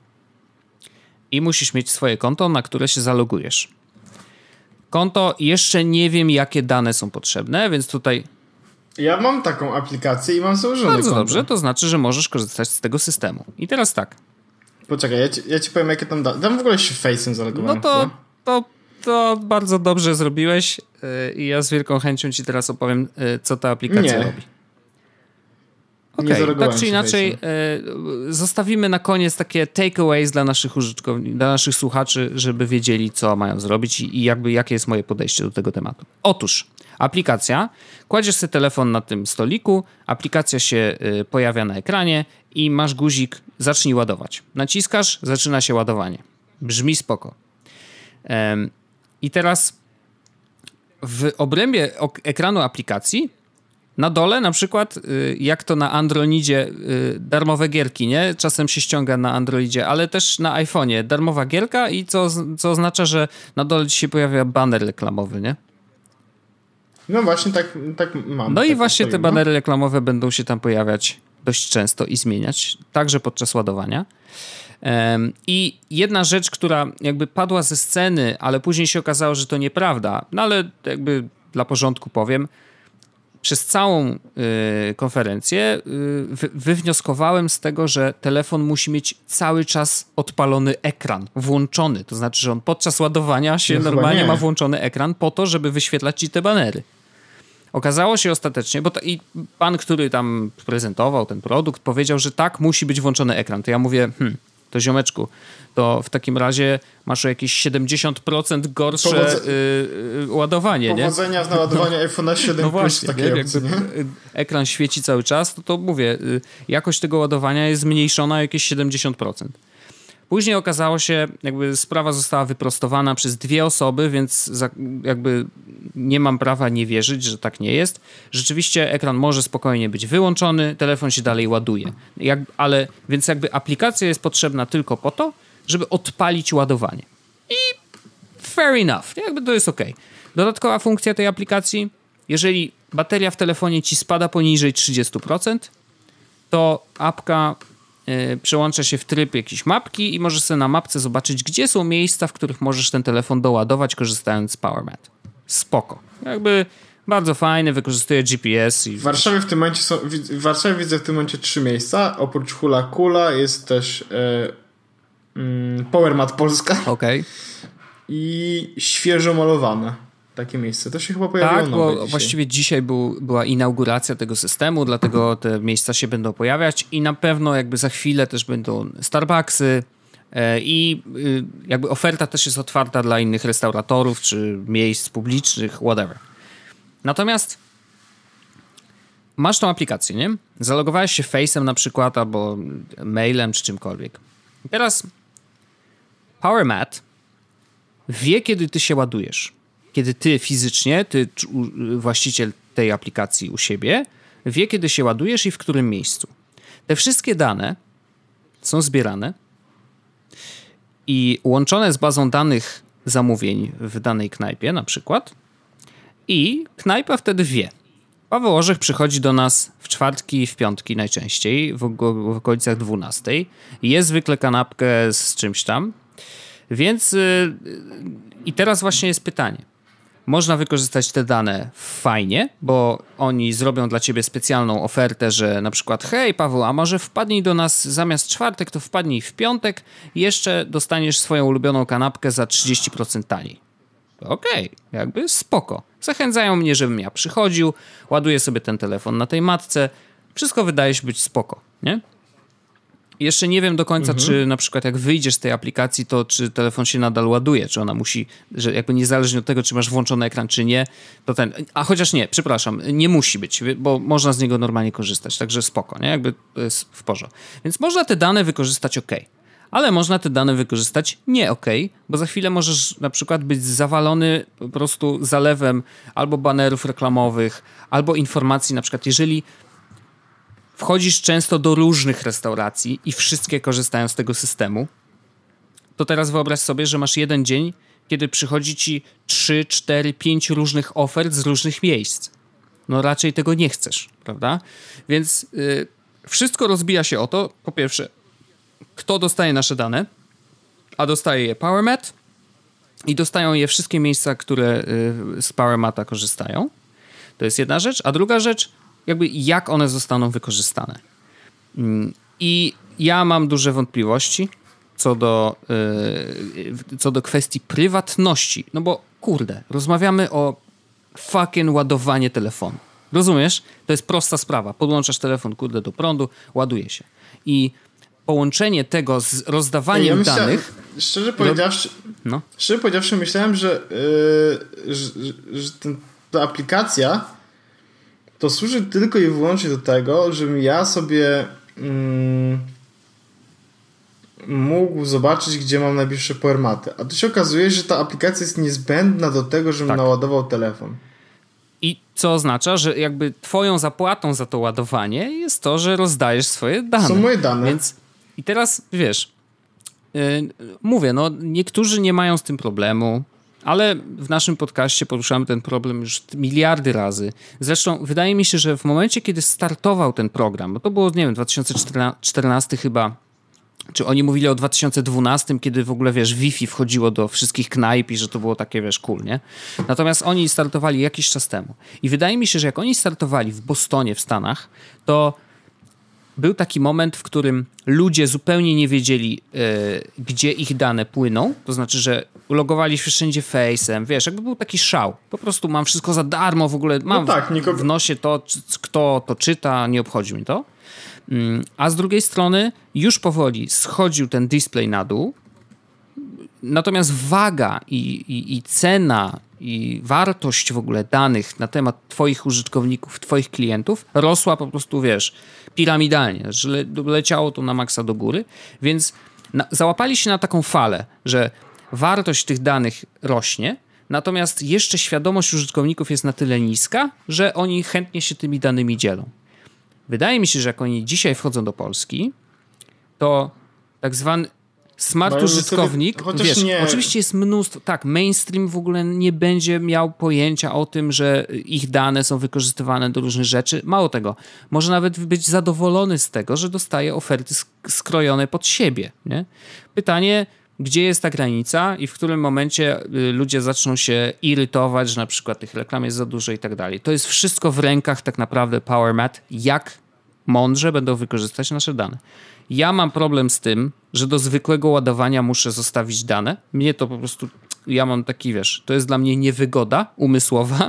Speaker 2: I musisz mieć swoje konto, na które się zalogujesz. Konto, jeszcze nie wiem, jakie dane są potrzebne, więc tutaj...
Speaker 1: Ja mam taką aplikację i mam założone
Speaker 2: Bardzo
Speaker 1: konto.
Speaker 2: dobrze, to znaczy, że możesz korzystać z tego systemu. I teraz tak.
Speaker 1: Poczekaj, ja ci, ja ci powiem, jakie tam da... Tam w ogóle się Face'em zalogowałem.
Speaker 2: No to,
Speaker 1: chyba.
Speaker 2: to, to bardzo dobrze zrobiłeś yy, i ja z wielką chęcią ci teraz opowiem, yy, co ta aplikacja
Speaker 1: Nie.
Speaker 2: robi.
Speaker 1: Nie
Speaker 2: Okej,
Speaker 1: zalogowałem
Speaker 2: tak czy
Speaker 1: się
Speaker 2: inaczej yy, zostawimy na koniec takie takeaways dla naszych użytkowników, dla naszych słuchaczy, żeby wiedzieli, co mają zrobić i, i jakby jakie jest moje podejście do tego tematu. Otóż aplikacja, kładziesz sobie telefon na tym stoliku, aplikacja się y, pojawia na ekranie i masz guzik zacznij ładować. Naciskasz, zaczyna się ładowanie. Brzmi spoko. Ym, I teraz w obrębie ok- ekranu aplikacji na dole na przykład, y, jak to na Androidzie, y, darmowe gierki, nie? Czasem się ściąga na Androidzie, ale też na iPhone'ie darmowa gierka i co, co oznacza, że na dole ci się pojawia baner reklamowy, nie?
Speaker 1: No właśnie, tak, tak mam.
Speaker 2: No
Speaker 1: tak
Speaker 2: i właśnie te
Speaker 1: powiem,
Speaker 2: banery reklamowe będą się tam pojawiać dość często i zmieniać, także podczas ładowania. Um, I jedna rzecz, która jakby padła ze sceny, ale później się okazało, że to nieprawda, no ale jakby dla porządku powiem, przez całą y, konferencję y, wy, wywnioskowałem z tego, że telefon musi mieć cały czas odpalony ekran, włączony. To znaczy, że on podczas ładowania się
Speaker 1: No chyba
Speaker 2: normalnie
Speaker 1: nie.
Speaker 2: ma włączony ekran po to, żeby wyświetlać ci te banery. Okazało się ostatecznie, bo to, i pan, który tam prezentował ten produkt, powiedział, że tak, musi być włączony ekran. To ja mówię, hmm, to ziomeczku, to w takim razie masz o jakieś siedemdziesiąt procent gorsze
Speaker 1: Powodze-
Speaker 2: y, y, ładowanie, nie?
Speaker 1: Powodzenia z naładowania iPhone'a siedem
Speaker 2: No
Speaker 1: plus
Speaker 2: właśnie,
Speaker 1: w takiej
Speaker 2: nie?
Speaker 1: opcji,
Speaker 2: Jakby
Speaker 1: nie?
Speaker 2: ekran świeci cały czas, to, to mówię, y, jakość tego ładowania jest zmniejszona o jakieś siedemdziesiąt procent. Później okazało się, jakby sprawa została wyprostowana przez dwie osoby, więc za, jakby nie mam prawa nie wierzyć, że tak nie jest. Rzeczywiście ekran może spokojnie być wyłączony, telefon się dalej ładuje. Jak, ale, więc jakby aplikacja jest potrzebna tylko po to, żeby odpalić ładowanie. I fair enough, jakby to jest ok. Dodatkowa funkcja tej aplikacji, jeżeli bateria w telefonie ci spada poniżej trzydzieści procent, to apka y, przełącza się w tryb jakiejś mapki i możesz sobie na mapce zobaczyć, gdzie są miejsca, w których możesz ten telefon doładować, korzystając z PowerMat. Spoko. Jakby bardzo fajny, wykorzystuje G P S. I...
Speaker 1: W Warszawie w tym momencie są, w Warszawie widzę w tym momencie trzy miejsca. Oprócz Hula Kula jest też e, mm, PowerMat Polska
Speaker 2: Okej.
Speaker 1: i świeżo malowane takie miejsce. To się chyba pojawiło
Speaker 2: Tak,
Speaker 1: nowe
Speaker 2: bo
Speaker 1: dzisiaj.
Speaker 2: właściwie dzisiaj był, była inauguracja tego systemu, dlatego te miejsca się będą pojawiać i na pewno jakby za chwilę też będą Starbucksy e, i y, jakby oferta też jest otwarta dla innych restauratorów czy miejsc publicznych, whatever. Natomiast masz tą aplikację, nie? Zalogowałeś się Face'em na przykład albo mailem czy czymkolwiek. I teraz PowerMat wie, kiedy ty się ładujesz. Kiedy ty fizycznie, ty właściciel tej aplikacji u siebie, wie, kiedy się ładujesz i w którym miejscu. Te wszystkie dane są zbierane i łączone z bazą danych zamówień w danej knajpie na przykład i knajpa wtedy wie. Paweł Orzech przychodzi do nas w czwartki i w piątki najczęściej, w, w okolicach dwunastej. Je zwykle kanapkę z czymś tam. Więc yy, i teraz właśnie jest pytanie. Można wykorzystać te dane fajnie, bo oni zrobią dla ciebie specjalną ofertę, że na przykład hej Paweł, a może wpadnij do nas zamiast czwartek, to wpadnij w piątek i jeszcze dostaniesz swoją ulubioną kanapkę za trzydzieści procent taniej. Okej, okay, jakby spoko. Zachęcają mnie, żebym ja przychodził, ładuję sobie ten telefon na tej matce. Wszystko wydaje się być spoko, nie? Jeszcze nie wiem do końca, mhm. czy na przykład jak wyjdziesz z tej aplikacji, to czy telefon się nadal ładuje, czy ona musi, że jakby niezależnie od tego, czy masz włączony ekran, czy nie, to ten, a chociaż nie, przepraszam, nie musi być, bo można z niego normalnie korzystać, także spoko, nie? Jakby to jest w porządku. Więc można te dane wykorzystać ok, ale można te dane wykorzystać nie ok, bo za chwilę możesz na przykład być zawalony po prostu zalewem albo banerów reklamowych, albo informacji, na przykład jeżeli wchodzisz często do różnych restauracji i wszystkie korzystają z tego systemu, to teraz wyobraź sobie, że masz jeden dzień, kiedy przychodzi ci trzy, cztery, pięć różnych ofert z różnych miejsc. No raczej tego nie chcesz, prawda? Więc yy, wszystko rozbija się o to, po pierwsze, kto dostaje nasze dane, a dostaje je PowerMet i dostają je wszystkie miejsca, które yy, z PowerMata korzystają. To jest jedna rzecz. A druga rzecz, jakby jak one zostaną wykorzystane. Yy, I ja mam duże wątpliwości co do, yy, co do kwestii prywatności. No bo kurde, rozmawiamy o fucking ładowanie telefonu. Rozumiesz? To jest prosta sprawa. Podłączasz telefon, kurde, do prądu, ładuje się. I połączenie tego z rozdawaniem ja myślałem, danych...
Speaker 1: Szczerze powiedziawszy, no. szczerze powiedziawszy myślałem, że, yy, że, że ten, ta aplikacja to służy tylko i wyłącznie do tego, żebym ja sobie yy, mógł zobaczyć, gdzie mam najbliższe powermaty. A tu się okazuje, że ta aplikacja jest niezbędna do tego, żebym tak. naładował telefon.
Speaker 2: I co oznacza, że jakby twoją zapłatą za to ładowanie jest to, że rozdajesz swoje dane.
Speaker 1: Są moje dane.
Speaker 2: Więc i teraz, wiesz, yy, mówię, no niektórzy nie mają z tym problemu, ale w naszym podcaście poruszamy ten problem już miliardy razy. Zresztą wydaje mi się, że w momencie, kiedy startował ten program, bo to było, nie wiem, dwa tysiące czternasty chyba, czy oni mówili o dwa tysiące dwunastym, kiedy w ogóle, wiesz, Wi-Fi wchodziło do wszystkich knajp i że to było takie, wiesz, cool, nie? Natomiast oni startowali jakiś czas temu. I wydaje mi się, że jak oni startowali w Bostonie w Stanach, to był taki moment, w którym ludzie zupełnie nie wiedzieli, yy, gdzie ich dane płyną. To znaczy, że logowali się wszędzie Face'em. Wiesz, jakby był taki szał. Po prostu mam wszystko za darmo, w ogóle mam no tak, nikogo... w nosie to, kto to czyta, nie obchodzi mnie to. A z drugiej strony już powoli schodził ten display na dół, natomiast waga i, i, i cena i wartość w ogóle danych na temat twoich użytkowników, twoich klientów rosła po prostu, wiesz, piramidalnie, że le, leciało to na maksa do góry, więc na, załapali się na taką falę, że wartość tych danych rośnie, natomiast jeszcze świadomość użytkowników jest na tyle niska, że oni chętnie się tymi danymi dzielą. Wydaje mi się, że jak oni dzisiaj wchodzą do Polski, to tak zwany smart Mają użytkownik, sobie, wiesz, nie. oczywiście jest mnóstwo, tak, mainstream w ogóle nie będzie miał pojęcia o tym, że ich dane są wykorzystywane do różnych rzeczy. Mało tego, może nawet być zadowolony z tego, że dostaje oferty skrojone pod siebie, nie? Pytanie, gdzie jest ta granica i w którym momencie ludzie zaczną się irytować, że na przykład tych reklam jest za dużo i tak dalej. To jest wszystko w rękach tak naprawdę PowerMet, jak mądrze będą wykorzystać nasze dane. Ja mam problem z tym, że do zwykłego ładowania muszę zostawić dane. Mnie to po prostu, ja mam taki, wiesz, to jest dla mnie niewygoda umysłowa.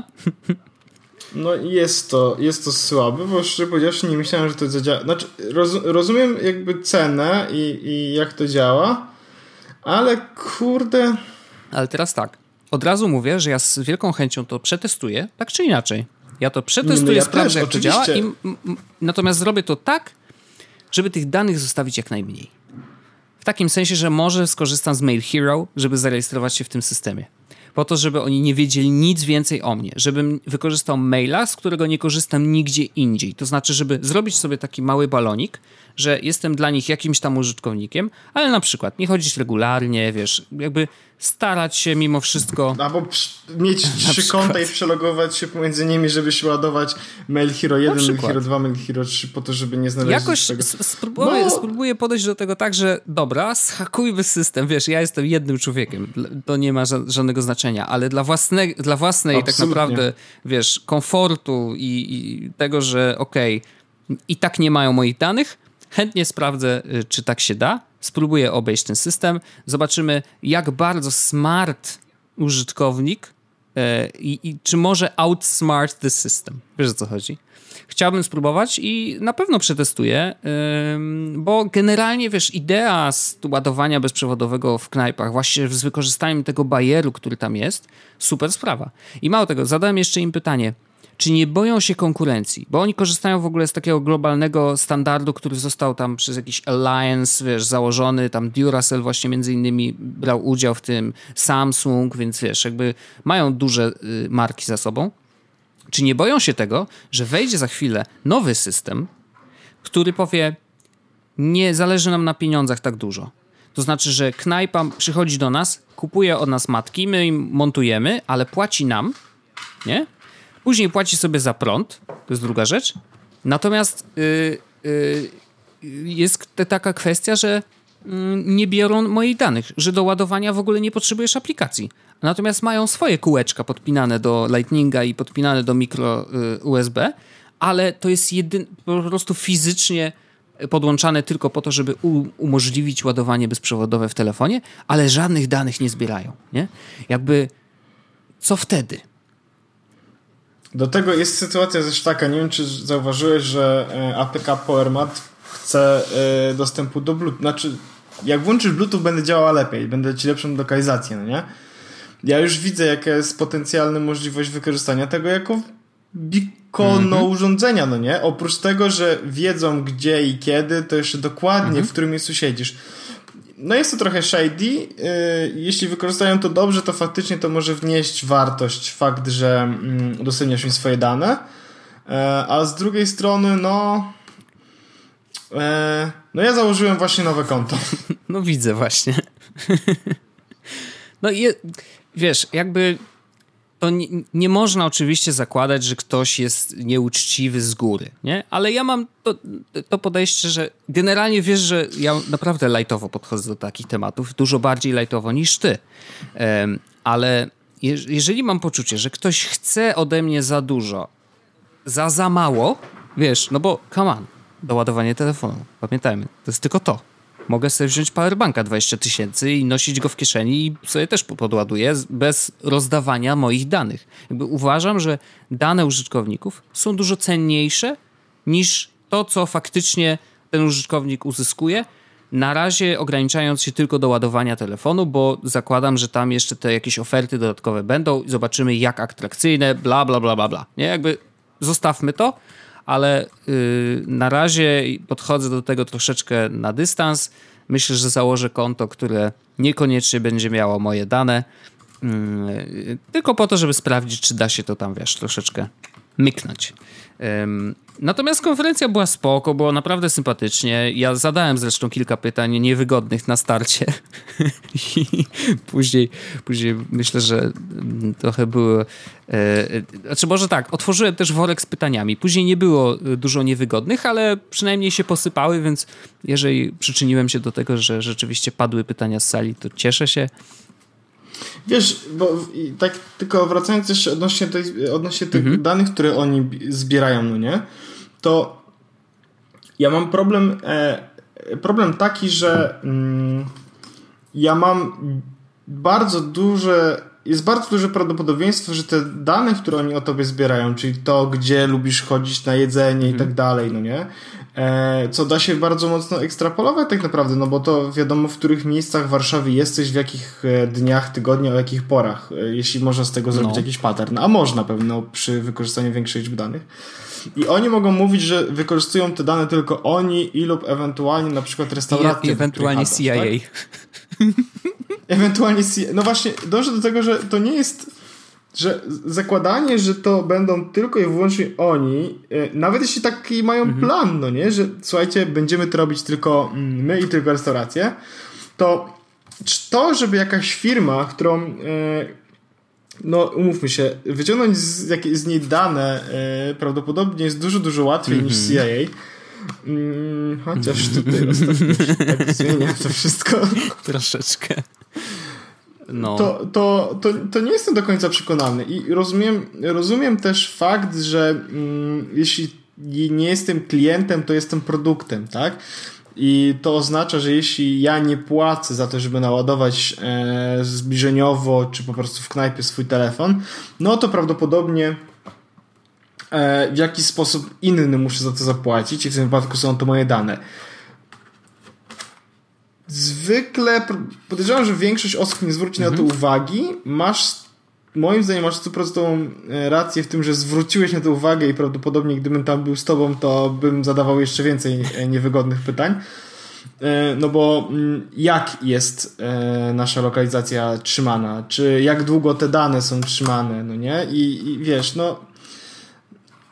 Speaker 1: No jest to, jest to słabe, bo szczerze powiedziawszy nie myślałem, że to zadziała. Znaczy roz, rozumiem jakby cenę i, i jak to działa, ale kurde...
Speaker 2: Ale teraz tak, od razu mówię, że ja z wielką chęcią to przetestuję, tak czy inaczej. Ja to przetestuję, no ja sprawdzę też, jak oczywiście. to działa, i, m, m, natomiast zrobię to tak, żeby tych danych zostawić jak najmniej. W takim sensie, że może skorzystam z Mail Hero, żeby zarejestrować się w tym systemie. Po to, żeby oni nie wiedzieli nic więcej o mnie. Żebym wykorzystał maila, z którego nie korzystam nigdzie indziej. To znaczy, żeby zrobić sobie taki mały balonik, że jestem dla nich jakimś tam użytkownikiem, ale na przykład nie chodzić regularnie, wiesz, jakby starać się mimo wszystko...
Speaker 1: Albo mieć trzy konta i przelogować się pomiędzy nimi, żeby się ładować Mail Hero jeden, Mail Hero dwa, Mail Hero trzy, po to, żeby nie znaleźć
Speaker 2: Jakoś
Speaker 1: tego.
Speaker 2: Spróbuję, no. spróbuję podejść do tego tak, że dobra, zhakujmy system, wiesz, ja jestem jednym człowiekiem, to nie ma ża- żadnego znaczenia, ale dla, własne, dla własnej Absolutnie. tak naprawdę, wiesz, komfortu i, i tego, że okej, okay, i tak nie mają moich danych, chętnie sprawdzę, czy tak się da. Spróbuję obejść ten system. Zobaczymy, jak bardzo smart użytkownik e, i, i czy może outsmart the system. Wiesz, o co chodzi? Chciałbym spróbować i na pewno przetestuję, yy, bo generalnie, wiesz, idea z ładowania bezprzewodowego w knajpach, właśnie z wykorzystaniem tego barieru, który tam jest, super sprawa. I mało tego, zadałem jeszcze im pytanie, czy nie boją się konkurencji? Bo oni korzystają w ogóle z takiego globalnego standardu, który został tam przez jakiś alliance, wiesz, założony, tam Duracell właśnie między innymi brał udział w tym, Samsung, więc wiesz, jakby mają duże y, marki za sobą. Czy nie boją się tego, że wejdzie za chwilę nowy system, który powie, nie zależy nam na pieniądzach tak dużo. To znaczy, że knajpa przychodzi do nas, kupuje od nas matki, my im montujemy, ale płaci nam, nie? Później płaci sobie za prąd, to jest druga rzecz. Natomiast yy, yy, jest t- taka kwestia, że yy, nie biorą moich danych, że do ładowania w ogóle nie potrzebujesz aplikacji. Natomiast mają swoje kółeczka podpinane do Lightninga i podpinane do mikro yy, U S B, ale to jest jedyn- po prostu fizycznie podłączane tylko po to, żeby u- umożliwić ładowanie bezprzewodowe w telefonie, ale żadnych danych nie zbierają, nie? Jakby co wtedy?
Speaker 1: Do tego jest sytuacja też taka, nie wiem czy zauważyłeś, że A P K PowerMat chce dostępu do Bluetooth. Znaczy, jak włączysz Bluetooth, będzie działała lepiej, będę ci lepszą lokalizację, no nie? Ja już widzę, jaka jest potencjalna możliwość wykorzystania tego jako beaconu mm-hmm. urządzenia, no nie? Oprócz tego, że wiedzą gdzie i kiedy, to jeszcze dokładnie mm-hmm. w którym miejscu siedzisz. No jest to trochę shady. Yy, jeśli wykorzystają to dobrze, to faktycznie to może wnieść wartość fakt, że mm, udostępniasz im swoje dane. Yy, a z drugiej strony, no yy, no ja założyłem właśnie nowe konto.
Speaker 2: No widzę właśnie. No i wiesz, jakby to nie, nie można oczywiście zakładać, że ktoś jest nieuczciwy z góry, nie? Ale ja mam to, to podejście, że generalnie wiesz, że ja naprawdę lajtowo podchodzę do takich tematów, dużo bardziej lajtowo niż ty. Um, ale je, jeżeli mam poczucie, że ktoś chce ode mnie za dużo, za za mało, wiesz, no bo come on, doładowanie telefonu, pamiętajmy, to jest tylko to. Mogę sobie wziąć powerbanka dwadzieścia tysięcy i nosić go w kieszeni i sobie też podładuję bez rozdawania moich danych. Jakby uważam, że dane użytkowników są dużo cenniejsze niż to, co faktycznie ten użytkownik uzyskuje, na razie ograniczając się tylko do ładowania telefonu, bo zakładam, że tam jeszcze te jakieś oferty dodatkowe będą i zobaczymy jak atrakcyjne, bla, bla, bla, bla, bla. Nie? Jakby zostawmy to. Ale yy, na razie podchodzę do tego troszeczkę na dystans. Myślę, że założę konto, które niekoniecznie będzie miało moje dane, yy, tylko po to, żeby sprawdzić, czy da się to tam, wiesz, troszeczkę myknąć. Yy, natomiast konferencja była spoko, było naprawdę sympatycznie. Ja zadałem zresztą kilka pytań niewygodnych na starcie i później, później myślę, że trochę były... Yy, znaczy może tak, otworzyłem też worek z pytaniami. Później nie było dużo niewygodnych, ale przynajmniej się posypały, więc jeżeli przyczyniłem się do tego, że rzeczywiście padły pytania z sali, to cieszę się.
Speaker 1: Wiesz, bo tak tylko wracając jeszcze odnośnie, tej, odnośnie tych mhm. danych, które oni zbierają, no nie? To ja mam problem e, problem taki, że mm, ja mam bardzo duże jest bardzo duże prawdopodobieństwo, że te dane, które oni o tobie zbierają, czyli to, gdzie lubisz chodzić na jedzenie mhm. i tak dalej, no nie? E, co da się bardzo mocno ekstrapolować tak naprawdę, no bo to wiadomo, w których miejscach Warszawy jesteś, w jakich dniach, tygodnia, o jakich porach, jeśli można z tego zrobić no. jakiś pattern, a można pewno przy wykorzystaniu większej liczby danych. I oni mogą mówić, że wykorzystują te dane tylko oni i lub ewentualnie na przykład restauracje.
Speaker 2: I ewentualnie C I A.
Speaker 1: Tak? Ewentualnie C I A. No właśnie, dążę do tego, że to nie jest, że zakładanie, że to będą tylko i wyłącznie oni, nawet jeśli taki mają mhm. plan, no nie, że słuchajcie, będziemy to robić tylko my i tylko restauracje, to to, żeby jakaś firma, którą no umówmy się, wyciągnąć z, jak, z niej dane prawdopodobnie jest dużo, dużo łatwiej mhm. niż C I A. Hmm, chociaż tutaj ostatnio tak zmienia to wszystko.
Speaker 2: Troszeczkę. No.
Speaker 1: To, to, to, to nie jestem do końca przekonany i rozumiem, rozumiem też fakt, że mm, jeśli nie jestem klientem, to jestem produktem, tak? I to oznacza, że jeśli ja nie płacę za to, żeby naładować e, zbliżeniowo, czy po prostu w knajpie swój telefon, no to prawdopodobnie e, w jakiś sposób inny muszę za to zapłacić i w tym wypadku są to moje dane. Zwykle podejrzewam, że większość osób nie zwróci mhm. na to uwagi. Masz, moim zdaniem masz stuprocentową rację w tym, że zwróciłeś na to uwagę i prawdopodobnie gdybym tam był z tobą, to bym zadawał jeszcze więcej niewygodnych pytań. No bo jak jest nasza lokalizacja trzymana? Czy jak długo te dane są trzymane? No nie? I, i wiesz, no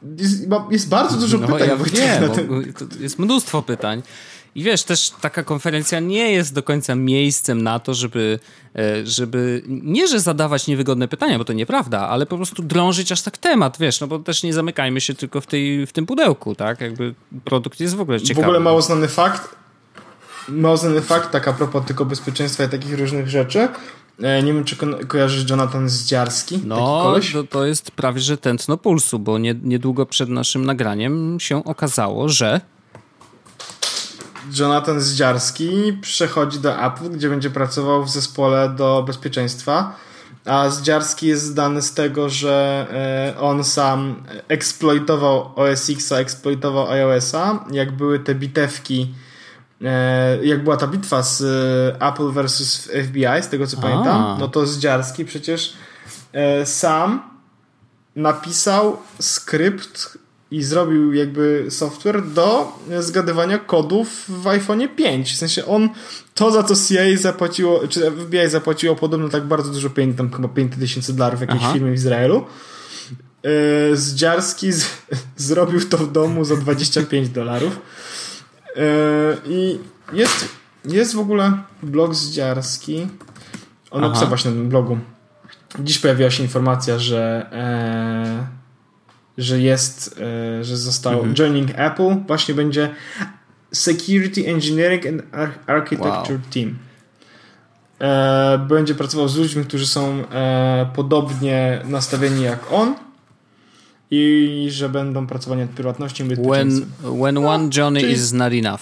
Speaker 1: jest, jest bardzo dużo
Speaker 2: no,
Speaker 1: pytań.
Speaker 2: Ja wiem,
Speaker 1: na ten...
Speaker 2: jest mnóstwo pytań. I wiesz, też taka konferencja nie jest do końca miejscem na to, żeby, żeby nie, że zadawać niewygodne pytania, bo to nieprawda, ale po prostu drążyć aż tak temat, wiesz, no bo też nie zamykajmy się tylko w, tej, w tym pudełku, tak? Jakby produkt jest w ogóle ciekawy.
Speaker 1: W ogóle mało znany fakt, mało znany fakt, tak a propos tylko bezpieczeństwa i takich różnych rzeczy. Nie wiem, czy ko- kojarzysz Jonathan Zdziarski?
Speaker 2: No, to, to jest prawie, że tętno pulsu, bo nie, niedługo przed naszym nagraniem się okazało, że
Speaker 1: Jonathan Zdziarski przechodzi do Apple, gdzie będzie pracował w zespole do bezpieczeństwa, a Zdziarski jest znany z tego, że on sam eksploitował O S X-a, eksploitował iOS-a, jak były te bitewki, jak była ta bitwa z Apple versus F B I, z tego co a. pamiętam, no to Zdziarski przecież sam napisał skrypt i zrobił jakby software do zgadywania kodów w iPhone'ie pięć. W sensie on to, za co C I A zapłaciło, czy F B I zapłaciło podobno tak bardzo dużo pieniędzy, tam chyba pięć tysięcy dolarów jakiejś Aha. firmie w Izraelu. Yy, Zdziarski z, zrobił to w domu za dwadzieścia pięć dolarów. Yy, I jest, jest w ogóle blog Zdziarski. On napisał właśnie na tym blogu. Dziś pojawiła się informacja, że e, że jest, e, że został mhm. joining Apple, właśnie będzie Security Engineering and Architecture wow. Team. E, będzie pracował z ludźmi, którzy są e, podobnie nastawieni jak on i że będą pracowali nad prywatnością.
Speaker 2: When, when one no, Johnny czyli... is not enough.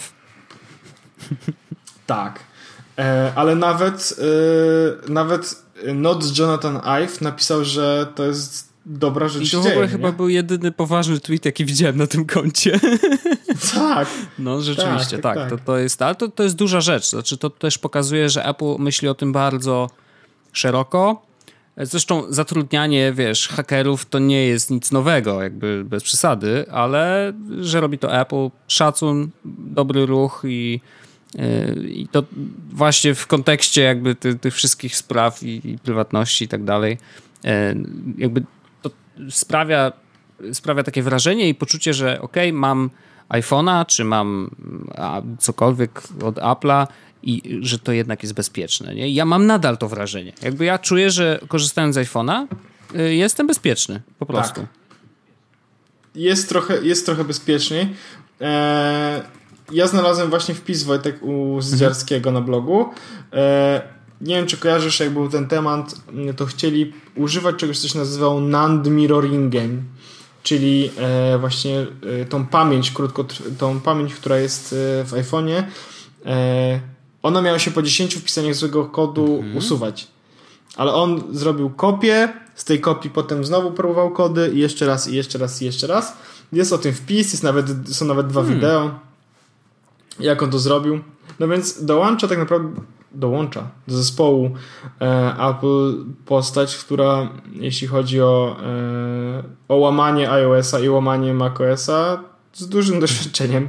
Speaker 1: Tak. E, ale nawet e, nawet Not Jonathan Ive napisał, że to jest dobra rzecz.
Speaker 2: I to w ogóle dzieje, chyba nie? był jedyny poważny tweet, jaki widziałem na tym koncie.
Speaker 1: Tak.
Speaker 2: No rzeczywiście, tak. tak, tak. To, to jest, ale to, to jest duża rzecz. Znaczy, to też pokazuje, że Apple myśli o tym bardzo szeroko. Zresztą zatrudnianie, wiesz, hakerów to nie jest nic nowego, jakby bez przesady, ale że robi to Apple, szacun, dobry ruch i, i to właśnie w kontekście jakby tych, tych wszystkich spraw i, i prywatności i tak dalej, jakby to sprawia, sprawia takie wrażenie i poczucie, że okej, okay, mam iPhone'a, czy mam a, cokolwiek od Apple'a i że to jednak jest bezpieczne. Nie? Ja mam nadal to wrażenie. Jakby ja czuję, że korzystając z iPhone'a y, jestem bezpieczny, po prostu.
Speaker 1: Tak. Jest trochę, jest trochę bezpieczniej. Eee, ja znalazłem właśnie wpis, Wojtek, u Zdziarskiego mhm. na blogu. Eee, nie wiem, czy kojarzysz, jak był ten temat, to chcieli używać czegoś, co się nazywało NAND mirroringiem, czyli e, właśnie e, tą pamięć, krótko, tą pamięć, która jest e, w iPhone'ie, e, ona miała się po dziesięciu wpisaniach złego kodu mhm. usuwać. Ale on zrobił kopię, z tej kopii potem znowu próbował kody i jeszcze raz, i jeszcze raz, i jeszcze raz. Jest o tym wpis, jest nawet, są nawet dwa hmm. wideo, jak on to zrobił. No więc dołącza tak naprawdę dołącza do zespołu e, Apple postać, która jeśli chodzi o, e, o łamanie iOS-a i łamanie macOS-a z dużym doświadczeniem.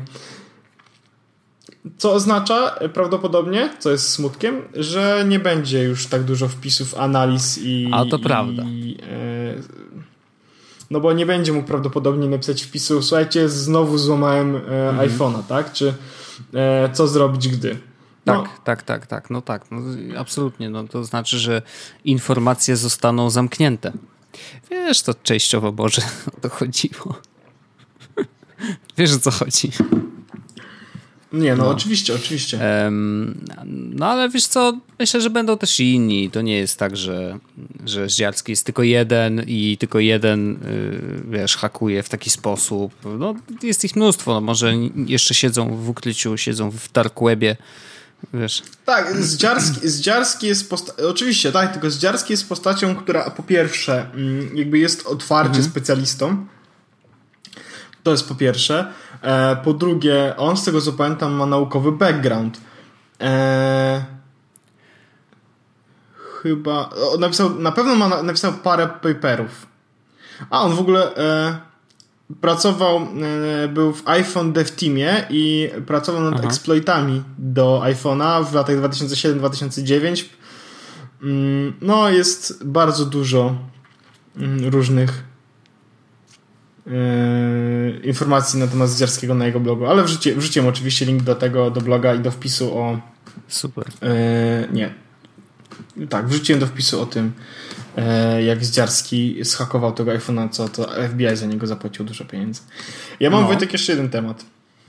Speaker 1: Co oznacza prawdopodobnie, co jest smutkiem, że nie będzie już tak dużo wpisów, analiz i...
Speaker 2: A to i, prawda.
Speaker 1: E, no bo nie będzie mógł prawdopodobnie napisać wpisu, słuchajcie, znowu złamałem e, mhm. iPhone'a, tak? Czy e, co zrobić, gdy...
Speaker 2: Tak,
Speaker 1: no.
Speaker 2: tak, tak, tak, no tak, no, absolutnie, no to znaczy, że informacje zostaną zamknięte. Wiesz, to częściowo, Boże, o to chodziło. Wiesz, o co chodzi.
Speaker 1: Nie, no, no. oczywiście, oczywiście.
Speaker 2: Um, no ale wiesz co, myślę, że będą też i inni. To nie jest tak, że, że Zdziarski jest tylko jeden i tylko jeden, yy, wiesz, hakuje w taki sposób. No, jest ich mnóstwo, no, może jeszcze siedzą w ukryciu, siedzą w dark webie. Wiesz.
Speaker 1: Tak, Zdziarski, Zdziarski jest posta- oczywiście, tak, tylko Zdziarski jest postacią, która po pierwsze jakby jest otwarcie mhm. specjalistą. To jest po pierwsze. E, po drugie, on z tego co pamiętam ma naukowy background. E, chyba o, napisał, na pewno ma, napisał parę paperów. A on w ogóle e, pracował, e, był w iPhone Dev Teamie i pracował nad Aha. exploitami do iPhone'a w latach dwa tysiące siedem dwa tysiące dziewięć. Mm, no jest bardzo dużo mm, różnych e, informacji na temat Zdziarskiego na jego blogu, ale wrzuci, wrzuciłem oczywiście link do tego, do bloga i do wpisu o...
Speaker 2: Super.
Speaker 1: E, nie. Tak, wrzuciłem do wpisu o tym, e, jak Zdziarski zhakował tego iPhone'a, co to F B I za niego zapłacił dużo pieniędzy. Ja mam, no. Wojtek, jeszcze jeden temat.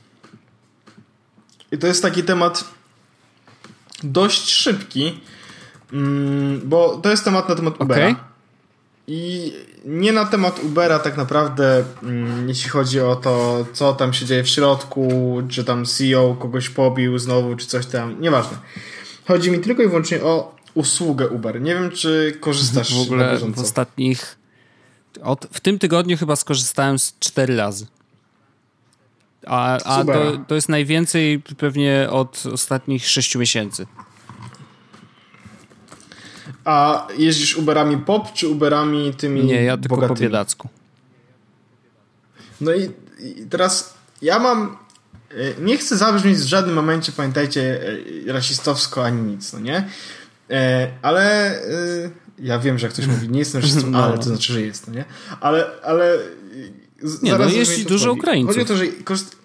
Speaker 1: I to jest taki temat dość szybki, mm, bo to jest temat na temat Ubera. Okay. I nie na temat Ubera tak naprawdę, mm, jeśli chodzi o to, co tam się dzieje w środku, czy tam C E O kogoś pobił znowu, czy coś tam, nieważne. Chodzi mi tylko i wyłącznie o usługę Uber. Nie wiem, czy korzystasz
Speaker 2: w ogóle
Speaker 1: na bieżąco.
Speaker 2: W ostatnich... Od, w tym tygodniu chyba skorzystałem z cztery razy. A, a to, to jest najwięcej pewnie od ostatnich sześciu miesięcy.
Speaker 1: A jeździsz Uberami pop, czy Uberami tymi
Speaker 2: Nie, ja tylko
Speaker 1: bogatymi?
Speaker 2: Po biedacku.
Speaker 1: No i, i teraz ja mam... Nie chcę zabrzmieć w żadnym momencie, pamiętajcie, rasistowsko ani nic, no nie? Ale ja wiem, że jak ktoś mówi, nie jestem rasistą, no. Ale to znaczy, że jest, no nie? Ale, ale
Speaker 2: nie, zaraz no jest dużo chodzi. Ukraińców.
Speaker 1: Chodzi o to, że korzyst...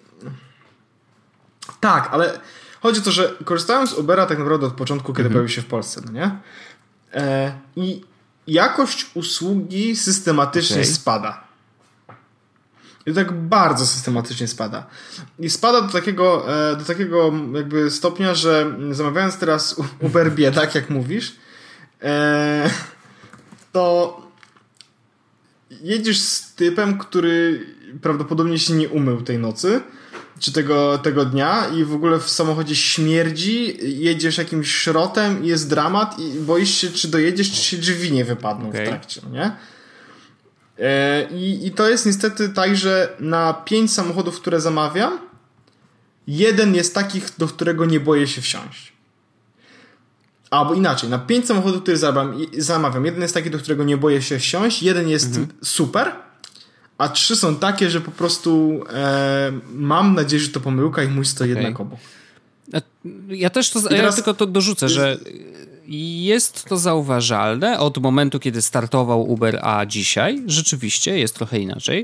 Speaker 1: Tak, ale chodzi o to, że korzystałem z Ubera tak naprawdę od początku, kiedy mhm. pojawił się w Polsce, no nie? I jakość usługi systematycznie okay. spada. I tak bardzo systematycznie spada. I spada do takiego, do takiego jakby stopnia, że zamawiając teraz Uber biedak, jak mówisz, to jedziesz z typem, który prawdopodobnie się nie umył tej nocy, czy tego, tego dnia i w ogóle w samochodzie śmierdzi, jedziesz jakimś szrotem i jest dramat i boisz się, czy dojedziesz, czy się drzwi nie wypadną okay. w trakcie, nie? I, I to jest niestety tak, że na pięć samochodów, które zamawiam, jeden jest takich, do którego nie boję się wsiąść. Albo inaczej, na pięć samochodów, które zamawiam, zamawiam, jeden jest taki, do którego nie boję się wsiąść, jeden jest mhm. super, a trzy są takie, że po prostu e, mam nadzieję, że to pomyłka i mój stoi okay. jednak obok.
Speaker 2: Ja też to, teraz, ja tylko to dorzucę, że jest to zauważalne od momentu, kiedy startował Uber, a dzisiaj rzeczywiście jest trochę inaczej.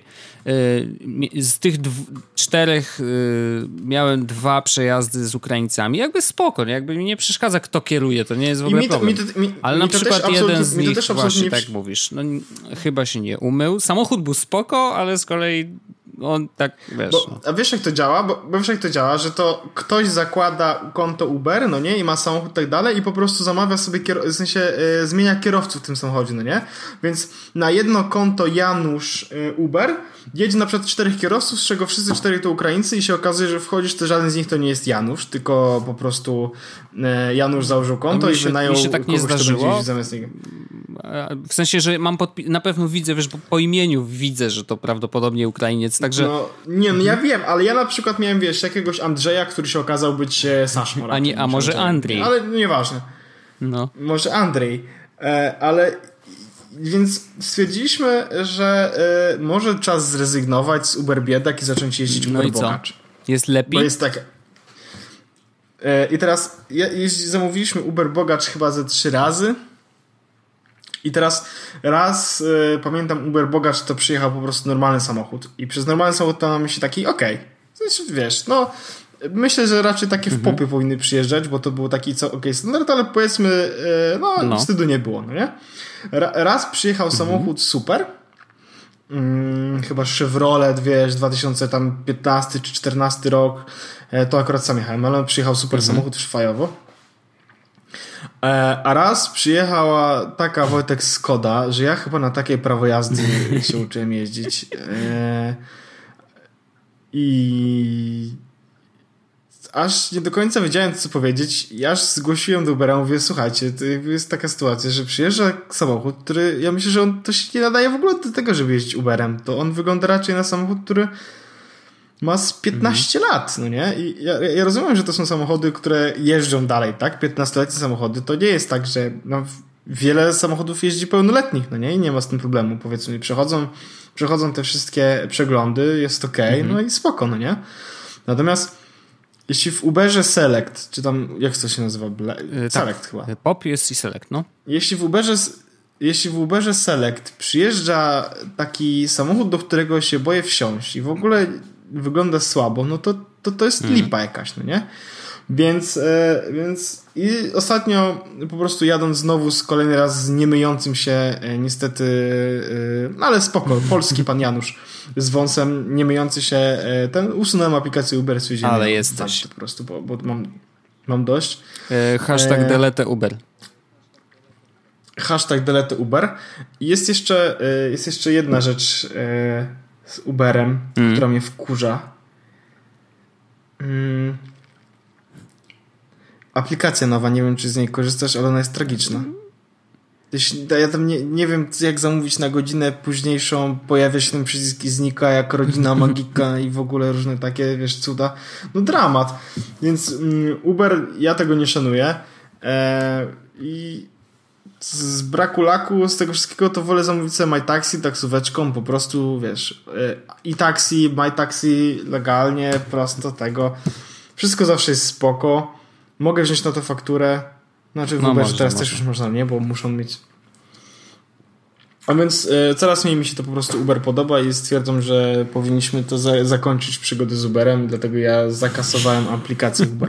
Speaker 2: Z tych dw- czterech miałem dwa przejazdy z Ukraińcami. Jakby spoko, jakby mi nie przeszkadza, kto kieruje, to nie jest w ogóle
Speaker 1: mi to,
Speaker 2: problem.
Speaker 1: Mi to, mi,
Speaker 2: Ale na
Speaker 1: mi
Speaker 2: przykład jeden z nich właśnie
Speaker 1: nie...
Speaker 2: tak mówisz, no chyba się nie umył. Samochód był spoko, ale z kolei on tak, wiesz...
Speaker 1: Bo,
Speaker 2: no.
Speaker 1: A wiesz jak to działa? Bo, bo wiesz jak to działa, że to ktoś zakłada konto Uber, no nie? I ma samochód i tak dalej i po prostu zamawia sobie, kier- w sensie y, zmienia kierowców w tym samochodzie, no nie? Więc na jedno konto Janusz y, Uber jedzie na przykład czterech kierowców, z czego wszyscy cztery to Ukraińcy i się okazuje, że wchodzisz, to żaden z nich to nie jest Janusz, tylko po prostu y, Janusz założył konto
Speaker 2: no
Speaker 1: i wynajął
Speaker 2: mi się tak nie
Speaker 1: kogoś,
Speaker 2: zdarzyło.
Speaker 1: Zamiast niego.
Speaker 2: W sensie, że mam podpi- na pewno widzę, wiesz, po, po imieniu widzę, że to prawdopodobnie Ukrainiec, także...
Speaker 1: No, nie, no ja wiem, ale ja na przykład miałem, wiesz, jakiegoś Andrzeja, który się okazał być e, Saszmor.
Speaker 2: A, nie, a może Andrzej.
Speaker 1: Ale nieważne.
Speaker 2: No.
Speaker 1: Może Andrzej. E, ale więc stwierdziliśmy, że e, może czas zrezygnować z Uber biedak i zacząć jeździć
Speaker 2: no
Speaker 1: Uber
Speaker 2: i co?
Speaker 1: bogacz.
Speaker 2: Jest lepiej?
Speaker 1: Bo jest tak... E, I teraz ja, jeździ, zamówiliśmy Uber bogacz chyba ze trzy razy. I teraz raz y, pamiętam Uber bogacz to przyjechał po prostu normalny samochód i przez normalny samochód to mam myśli taki okej, okay. Wiesz, no myślę, że raczej takie w popy powinny przyjeżdżać, bo to był taki co okej okay, standard, ale powiedzmy y, no, no wstydu nie było, no nie? Ra, raz przyjechał mhm. samochód super, hmm, chyba Chevrolet, wiesz, dwa tysiące piętnasty czy czternasty rok, e, to akurat sam jechałem, ale przyjechał super mhm. samochód szwajowo. A raz przyjechała taka Wojtek Skoda, że ja chyba na takiej prawo jazdy się uczyłem jeździć. I aż nie do końca wiedziałem, co powiedzieć. I aż zgłosiłem do Ubera, mówię, słuchajcie, to jest taka sytuacja, że przyjeżdża samochód, który, ja myślę, że on to się nie nadaje w ogóle do tego, żeby jeździć Uberem. To on wygląda raczej na samochód, który ma z piętnaście mhm. lat, no nie? I ja, ja rozumiem, że to są samochody, które jeżdżą dalej, tak? piętnastoletnie samochody. To nie jest tak, że no, wiele samochodów jeździ pełnoletnich, no nie? I nie ma z tym problemu, powiedzmy. Przechodzą, przechodzą te wszystkie przeglądy, jest okej, okay, mhm. no i spoko, no nie? Natomiast jeśli w Uberze Select, czy tam, jak to się nazywa? Ble-
Speaker 2: yy,
Speaker 1: Select
Speaker 2: tak.
Speaker 1: chyba.
Speaker 2: Pop jest i Select, no.
Speaker 1: Jeśli w Uberze jeśli w Uberze Select przyjeżdża taki samochód, do którego się boję wsiąść i w ogóle wygląda słabo, no to to, to jest hmm. lipa jakaś, no nie? Więc, e, więc i ostatnio po prostu jadąc znowu z kolejny raz z niemyjącym się e, niestety, e, ale spoko, polski pan Janusz z wąsem niemyjący się e, ten, usunąłem aplikację Uber, stwierdziłem,
Speaker 2: ale jesteś
Speaker 1: po prostu, bo, bo mam, mam dość.
Speaker 2: E, hashtag e, delete Uber.
Speaker 1: Hashtag delete Uber. I jest jeszcze, e, jest jeszcze jedna rzecz e, z Uberem, mm. która mnie wkurza. Mm. Aplikacja nowa, nie wiem czy z niej korzystasz, ale ona jest tragiczna. Ja tam nie, nie wiem jak zamówić na godzinę późniejszą, pojawia się ten przycisk i znika jak rodzina magika i w ogóle różne takie, wiesz, cuda. No dramat. Więc um, Uber, ja tego nie szanuję. Eee, I z braku laku, z tego wszystkiego to wolę zamówić sobie MyTaxi taksóweczką, po prostu, wiesz, i taxi, MyTaxi legalnie, prosto tego. Wszystko zawsze jest spoko. Mogę wziąć na to fakturę. Znaczy w no Uberze teraz może. Też już można, nie? Bo muszą mieć. A więc e, coraz mniej mi się to po prostu Uber podoba i stwierdzam, że powinniśmy to za- zakończyć przygody z Uberem, dlatego ja zakasowałem aplikację Uber.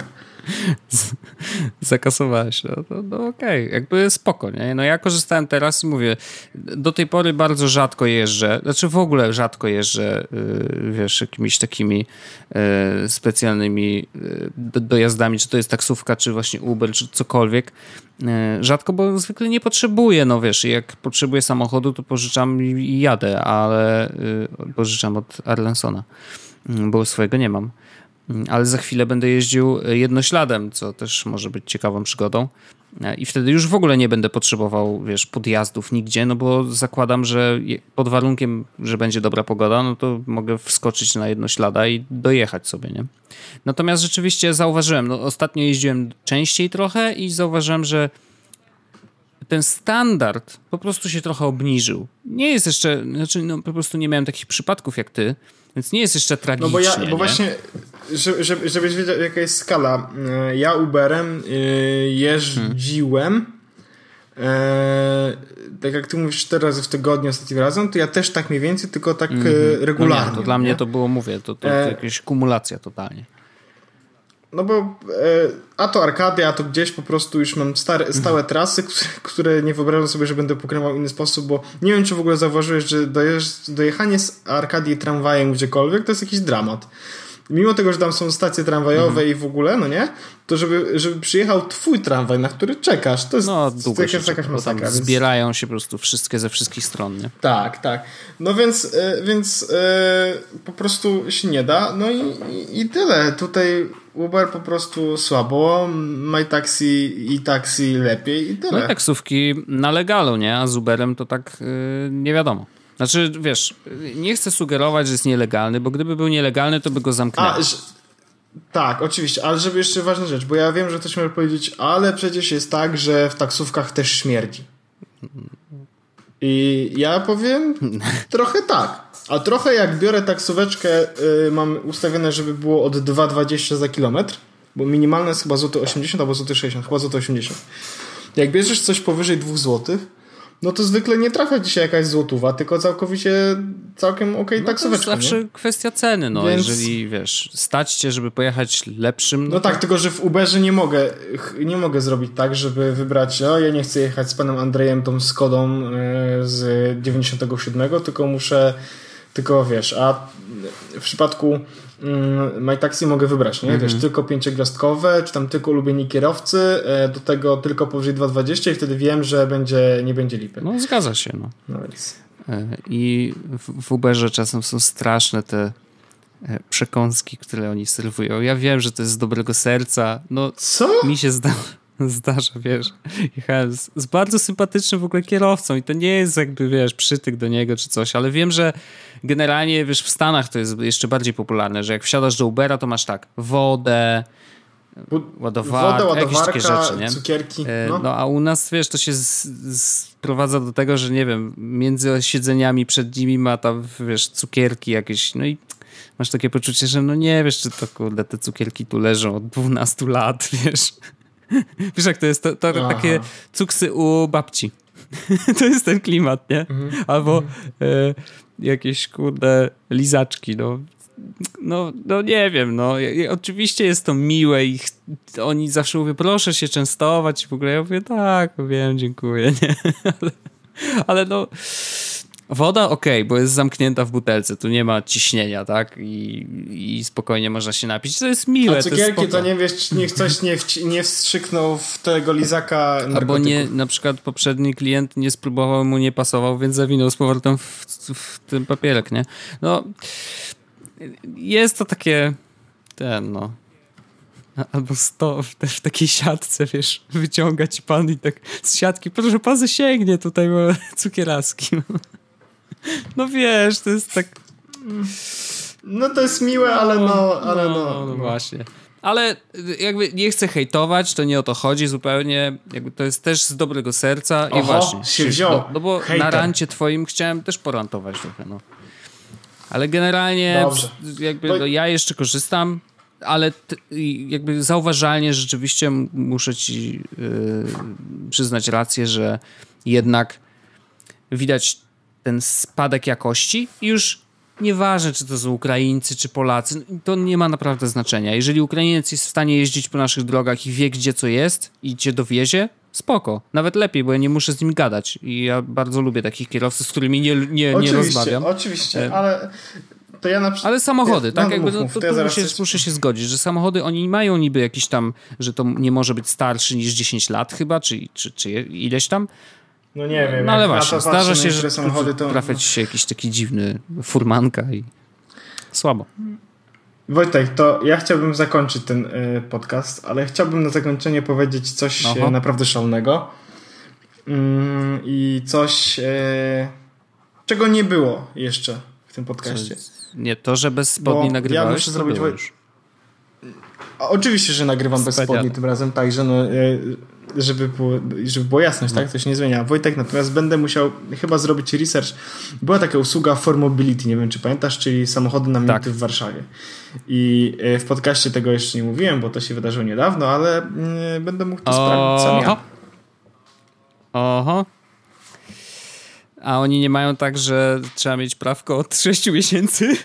Speaker 2: Zakasowałeś, no, no, no okej, okay. Jakby spoko, nie? No ja korzystałem teraz i mówię, do tej pory bardzo rzadko jeżdżę, znaczy w ogóle rzadko jeżdżę, yy, wiesz, jakimiś takimi yy, specjalnymi yy, do, dojazdami, czy to jest taksówka, czy właśnie Uber, czy cokolwiek. Yy, rzadko, bo zwykle nie potrzebuję, no wiesz, jak potrzebuję samochodu, to pożyczam i, i jadę, ale yy, pożyczam od Arlensona, yy, bo swojego nie mam. Ale za chwilę będę jeździł jednośladem, co też może być ciekawą przygodą. I wtedy już w ogóle nie będę potrzebował, wiesz, podjazdów nigdzie, no bo zakładam, że pod warunkiem, że będzie dobra pogoda, no to mogę wskoczyć na jednoślada i dojechać sobie, nie? Natomiast rzeczywiście zauważyłem, no ostatnio jeździłem częściej trochę i zauważyłem, że ten standard po prostu się trochę obniżył. Nie jest jeszcze, znaczy no po prostu nie miałem takich przypadków jak ty, więc nie jest jeszcze tragicznie. No bo ja, bo nie?
Speaker 1: właśnie, żeby, żebyś wiedział jaka jest skala. Ja Uberem jeździłem hmm. tak jak ty mówisz cztery razy w tygodniu ostatnim razem, to ja też tak mniej więcej, tylko tak mm-hmm. regularnie. No nie,
Speaker 2: to dla nie? mnie to było, mówię, to, to, to jakaś kumulacja totalnie.
Speaker 1: No bo a to Arkadia, a to gdzieś po prostu już mam stare, stałe trasy, które, które nie wyobrażam sobie, że będę pokrywał w inny sposób, bo nie wiem, czy w ogóle zauważyłeś, że dojeżdż, dojechanie z Arkadii tramwajem gdziekolwiek to jest jakiś dramat. Mimo tego, że tam są stacje tramwajowe mm. i w ogóle, no nie? To żeby, żeby przyjechał twój tramwaj, na który czekasz, to jest,
Speaker 2: no,
Speaker 1: to jest jakaś, jakaś masakra. Więc...
Speaker 2: Zbierają się po prostu wszystkie ze wszystkich stron, nie?
Speaker 1: Tak, tak. No więc, yy, więc yy, po prostu się nie da. No i, i, i tyle. Tutaj Uber po prostu słabo, MyTaxi i taksi lepiej i tyle.
Speaker 2: No i taksówki na legalu, nie? A z Uberem to tak yy, nie wiadomo. Znaczy, wiesz, nie chcę sugerować, że jest nielegalny, bo gdyby był nielegalny, to by go zamknęli. A, że,
Speaker 1: tak, oczywiście, ale żeby jeszcze ważna rzecz, bo ja wiem, że ktoś może powiedzieć, ale przecież jest tak, że w taksówkach też śmierdzi. I ja powiem, trochę tak. A trochę jak biorę taksóweczkę, yy, mam ustawione, żeby było od dwa dwadzieścia za kilometr, bo minimalne jest chyba złoty osiemdziesiąt albo złoty sześćdziesiąt, chyba złoty osiemdziesiąt. Jak bierzesz coś powyżej dwa złote, no to zwykle nie trafia ci się jakaś złotówa, tylko całkowicie całkiem okej okay,
Speaker 2: no
Speaker 1: taksóweczka.
Speaker 2: To jest zawsze
Speaker 1: nie?
Speaker 2: kwestia ceny, no. Więc... Jeżeli, wiesz, stać cię, żeby pojechać lepszym...
Speaker 1: No, no tak, to... tylko że w Uberze nie mogę nie mogę zrobić tak, żeby wybrać, o ja nie chcę jechać z panem Andrejem tą Skodą z dziewięćdziesiątego siódmego, tylko muszę, tylko wiesz, a w przypadku MyTaxi mogę wybrać, nie? Mm-hmm. Wiesz, tylko pięciogwiazdkowe, czy tam tylko ulubieni kierowcy, do tego tylko powyżej dwa dwadzieścia i wtedy wiem, że będzie, nie będzie lipy.
Speaker 2: No zgadza się, no.
Speaker 1: no więc.
Speaker 2: I w, w Uberze czasem są straszne te przekąski, które oni serwują. Ja wiem, że to jest z dobrego serca. No,
Speaker 1: co?
Speaker 2: Mi się zda, zdarza, wiesz. Jechałem z, z bardzo sympatycznym w ogóle kierowcą i to nie jest jakby, wiesz, przytyk do niego czy coś, ale wiem, że generalnie, wiesz, w Stanach to jest jeszcze bardziej popularne, że jak wsiadasz do Ubera, to masz tak, wodę, ładowarkę,
Speaker 1: wodę,
Speaker 2: jakieś takie rzeczy, nie?
Speaker 1: Cukierki.
Speaker 2: No. no a u nas, wiesz, to się sprowadza do tego, że nie wiem, między siedzeniami przed nimi ma tam, wiesz, cukierki jakieś, no i masz takie poczucie, że no nie wiesz, czy to kurde, te cukierki tu leżą od dwunastu lat, wiesz. Wiesz jak to jest, to, to takie cuksy u babci. To jest ten klimat, nie?
Speaker 1: Mhm.
Speaker 2: Albo e, jakieś, kurde, lizaczki, no. No, no nie wiem, no. I, oczywiście jest to miłe i ch- oni zawsze mówią, proszę się częstować i w ogóle ja mówię, tak, wiem, dziękuję, nie? ale, ale no... Woda okej, okay, bo jest zamknięta w butelce, tu nie ma ciśnienia, tak? I, i spokojnie można się napić. To jest miłe.
Speaker 1: A cukierki
Speaker 2: to,
Speaker 1: to nie wiesz, niech coś nie, wci- nie wstrzyknął w tego lizaka narkotyków.
Speaker 2: Albo nie, na przykład poprzedni klient nie spróbował, mu nie pasował, więc zawinął z powrotem w, w, w ten papierek, nie? No, jest to takie, ten no, albo sto w, w takiej siatce, wiesz, wyciąga ci pan i tak z siatki, proszę pan zasięgnie tutaj cukieraski. No wiesz, to jest tak...
Speaker 1: No to jest miłe, ale no... Ale no,
Speaker 2: no, no, no właśnie. Ale jakby nie chcę hejtować, to nie o to chodzi zupełnie. Jakby to jest też z dobrego serca.
Speaker 1: Oho,
Speaker 2: i właśnie.
Speaker 1: się wziął.
Speaker 2: No, no bo
Speaker 1: Hejter.
Speaker 2: na rancie twoim chciałem też porantować trochę, no. Ale generalnie
Speaker 1: Dobrze.
Speaker 2: jakby
Speaker 1: Bo...
Speaker 2: no, ja jeszcze korzystam, ale t- jakby zauważalnie rzeczywiście muszę ci yy, przyznać rację, że jednak widać ten spadek jakości i już nieważne, czy to są Ukraińcy, czy Polacy, to nie ma naprawdę znaczenia. Jeżeli Ukrainiec jest w stanie jeździć po naszych drogach i wie, gdzie co jest i cię dowiezie, spoko. Nawet lepiej, bo ja nie muszę z nim gadać. I ja bardzo lubię takich kierowców, z którymi nie, nie, nie rozmawiam.
Speaker 1: Oczywiście, ale... To ja na przykład...
Speaker 2: Ale samochody,
Speaker 1: ja,
Speaker 2: tak?
Speaker 1: No,
Speaker 2: Jakby,
Speaker 1: mów,
Speaker 2: no,
Speaker 1: mów,
Speaker 2: to,
Speaker 1: to ja
Speaker 2: to
Speaker 1: zaraz
Speaker 2: muszę,
Speaker 1: coś...
Speaker 2: muszę się zgodzić, że samochody, oni mają niby jakiś tam, że to nie może być starszy niż dziesięć lat chyba, czy, czy, czy ileś tam.
Speaker 1: No nie wiem.
Speaker 2: No ale
Speaker 1: jak
Speaker 2: właśnie,
Speaker 1: na to patrzę,
Speaker 2: zdarza się,
Speaker 1: na
Speaker 2: że
Speaker 1: samochody to...
Speaker 2: trafia ci się jakiś taki dziwny furmanka i słabo.
Speaker 1: Wojtek, to ja chciałbym zakończyć ten y, podcast, ale chciałbym na zakończenie powiedzieć coś
Speaker 2: Aha.
Speaker 1: naprawdę szalonego mm, i coś, y, czego nie było jeszcze w tym podcaście.
Speaker 2: Nie, to, że bez spodni
Speaker 1: Bo
Speaker 2: nagrywałeś,
Speaker 1: ja muszę
Speaker 2: to
Speaker 1: zrobić
Speaker 2: było
Speaker 1: Woj-
Speaker 2: już.
Speaker 1: A, oczywiście, że nagrywam bez
Speaker 2: Specjal.
Speaker 1: spodni tym razem, także no, y, żeby, było, żeby było jasność,
Speaker 2: No.
Speaker 1: tak? To się nie zmienia. Wojtek, natomiast będę musiał chyba zrobić research. Była taka usługa Formobility, nie wiem czy pamiętasz, czyli samochody na minuty
Speaker 2: Tak.
Speaker 1: w Warszawie. I y, w podcaście tego jeszcze nie mówiłem, bo to się wydarzyło niedawno, ale y, będę mógł to sprawdzić sam ja.
Speaker 2: Oho. Oho. A oni nie mają tak, że trzeba mieć prawko od sześciu miesięcy?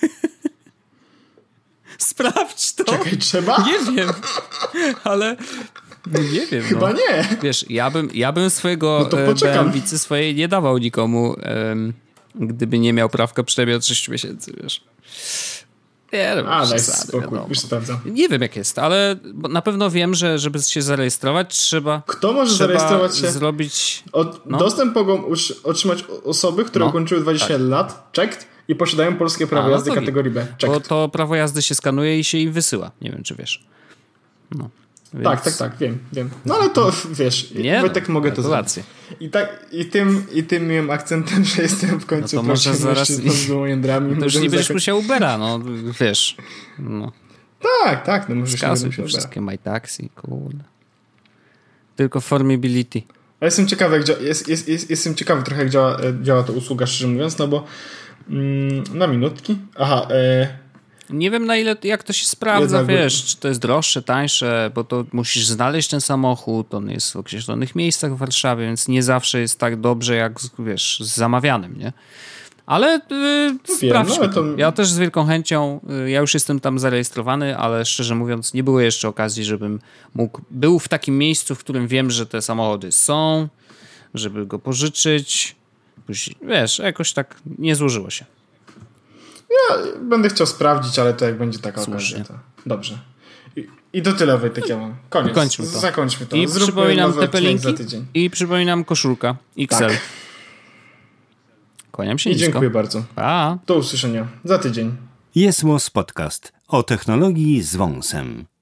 Speaker 2: Sprawdź to.
Speaker 1: Czekaj, trzeba?
Speaker 2: Nie wiem, ale nie wiem.
Speaker 1: Chyba
Speaker 2: no.
Speaker 1: nie.
Speaker 2: Wiesz, ja bym, ja bym swojego
Speaker 1: No to
Speaker 2: e,
Speaker 1: poczekam.
Speaker 2: B M W-cy swojej nie dawał nikomu, em, gdyby nie miał prawka przynajmniej od sześciu miesięcy, wiesz. Nie, no,
Speaker 1: A, daj
Speaker 2: przesady,
Speaker 1: spokój,
Speaker 2: wiadomo.
Speaker 1: już sprawdzam.
Speaker 2: Nie wiem jak jest, ale bo na pewno wiem, że żeby się zarejestrować trzeba
Speaker 1: Kto może
Speaker 2: trzeba
Speaker 1: zarejestrować się?
Speaker 2: zrobić...
Speaker 1: Od,
Speaker 2: No.
Speaker 1: Dostęp mogą utrz- otrzymać osoby, które
Speaker 2: No,
Speaker 1: ukończyły dwadzieścia
Speaker 2: tak.
Speaker 1: lat, checked, i posiadają polskie prawo
Speaker 2: A, no
Speaker 1: jazdy
Speaker 2: to
Speaker 1: kategorii B.
Speaker 2: Bo
Speaker 1: Checked.
Speaker 2: to prawo jazdy się skanuje i się im wysyła. Nie wiem, czy wiesz. No. Więc...
Speaker 1: Tak, tak, tak, wiem, wiem. No ale to, wiesz,
Speaker 2: Nie,
Speaker 1: Wojtek
Speaker 2: no,
Speaker 1: mogę to zrobić.
Speaker 2: gratulacje.
Speaker 1: I tak, i tym, i tym miłym akcentem, że jestem w końcu
Speaker 2: No to może
Speaker 1: prawdziwym
Speaker 2: zaraz-
Speaker 1: mężczyzną z gołymi jądrami.
Speaker 2: To już nie
Speaker 1: możemy
Speaker 2: będziesz
Speaker 1: zakoń-
Speaker 2: musiał Ubera, no wiesz. No.
Speaker 1: Tak, tak, no możesz nie będę
Speaker 2: Skasuj
Speaker 1: musiał
Speaker 2: te
Speaker 1: Ubera.
Speaker 2: wszystkie My Taxi, kurde. Tylko Formability.
Speaker 1: Ja jestem ciekawy, jak dzia- jest, jest, jest, jestem ciekawy trochę, jak działa, e, działa ta usługa, szczerze mówiąc, no bo mm, na minutki. Aha, e,
Speaker 2: Nie wiem na ile, jak to się sprawdza,
Speaker 1: Jednak-
Speaker 2: wiesz, czy to jest droższe, tańsze, bo to musisz znaleźć ten samochód, on jest w określonych miejscach w Warszawie, więc nie zawsze jest tak dobrze jak, z- wiesz, z zamawianym, nie? Ale yy, sprawdźmy
Speaker 1: no, ale
Speaker 2: to.
Speaker 1: to-
Speaker 2: Ja też z wielką chęcią, yy, ja już jestem tam zarejestrowany, ale szczerze mówiąc nie było jeszcze okazji, żebym mógł, był w takim miejscu, w którym wiem, że te samochody są, żeby go pożyczyć. Później, wiesz, jakoś tak nie złożyło się.
Speaker 1: ja będę chciał sprawdzić, ale to jak będzie taka
Speaker 2: Słusznie.
Speaker 1: okazja, to dobrze. I, I to tyle, Wojtek, ja mam. Koniec.
Speaker 2: Kończmy to.
Speaker 1: Zakończmy to.
Speaker 2: I
Speaker 1: Zróbmy
Speaker 2: przypominam
Speaker 1: nowy
Speaker 2: te
Speaker 1: odcinek
Speaker 2: pelinki
Speaker 1: za tydzień.
Speaker 2: i przypominam koszulka X L.
Speaker 1: Tak.
Speaker 2: Kłaniam się
Speaker 1: I
Speaker 2: nisko.
Speaker 1: dziękuję bardzo.
Speaker 2: Pa!
Speaker 1: Do usłyszenia za tydzień.
Speaker 3: Jest Podcast o technologii z wąsem.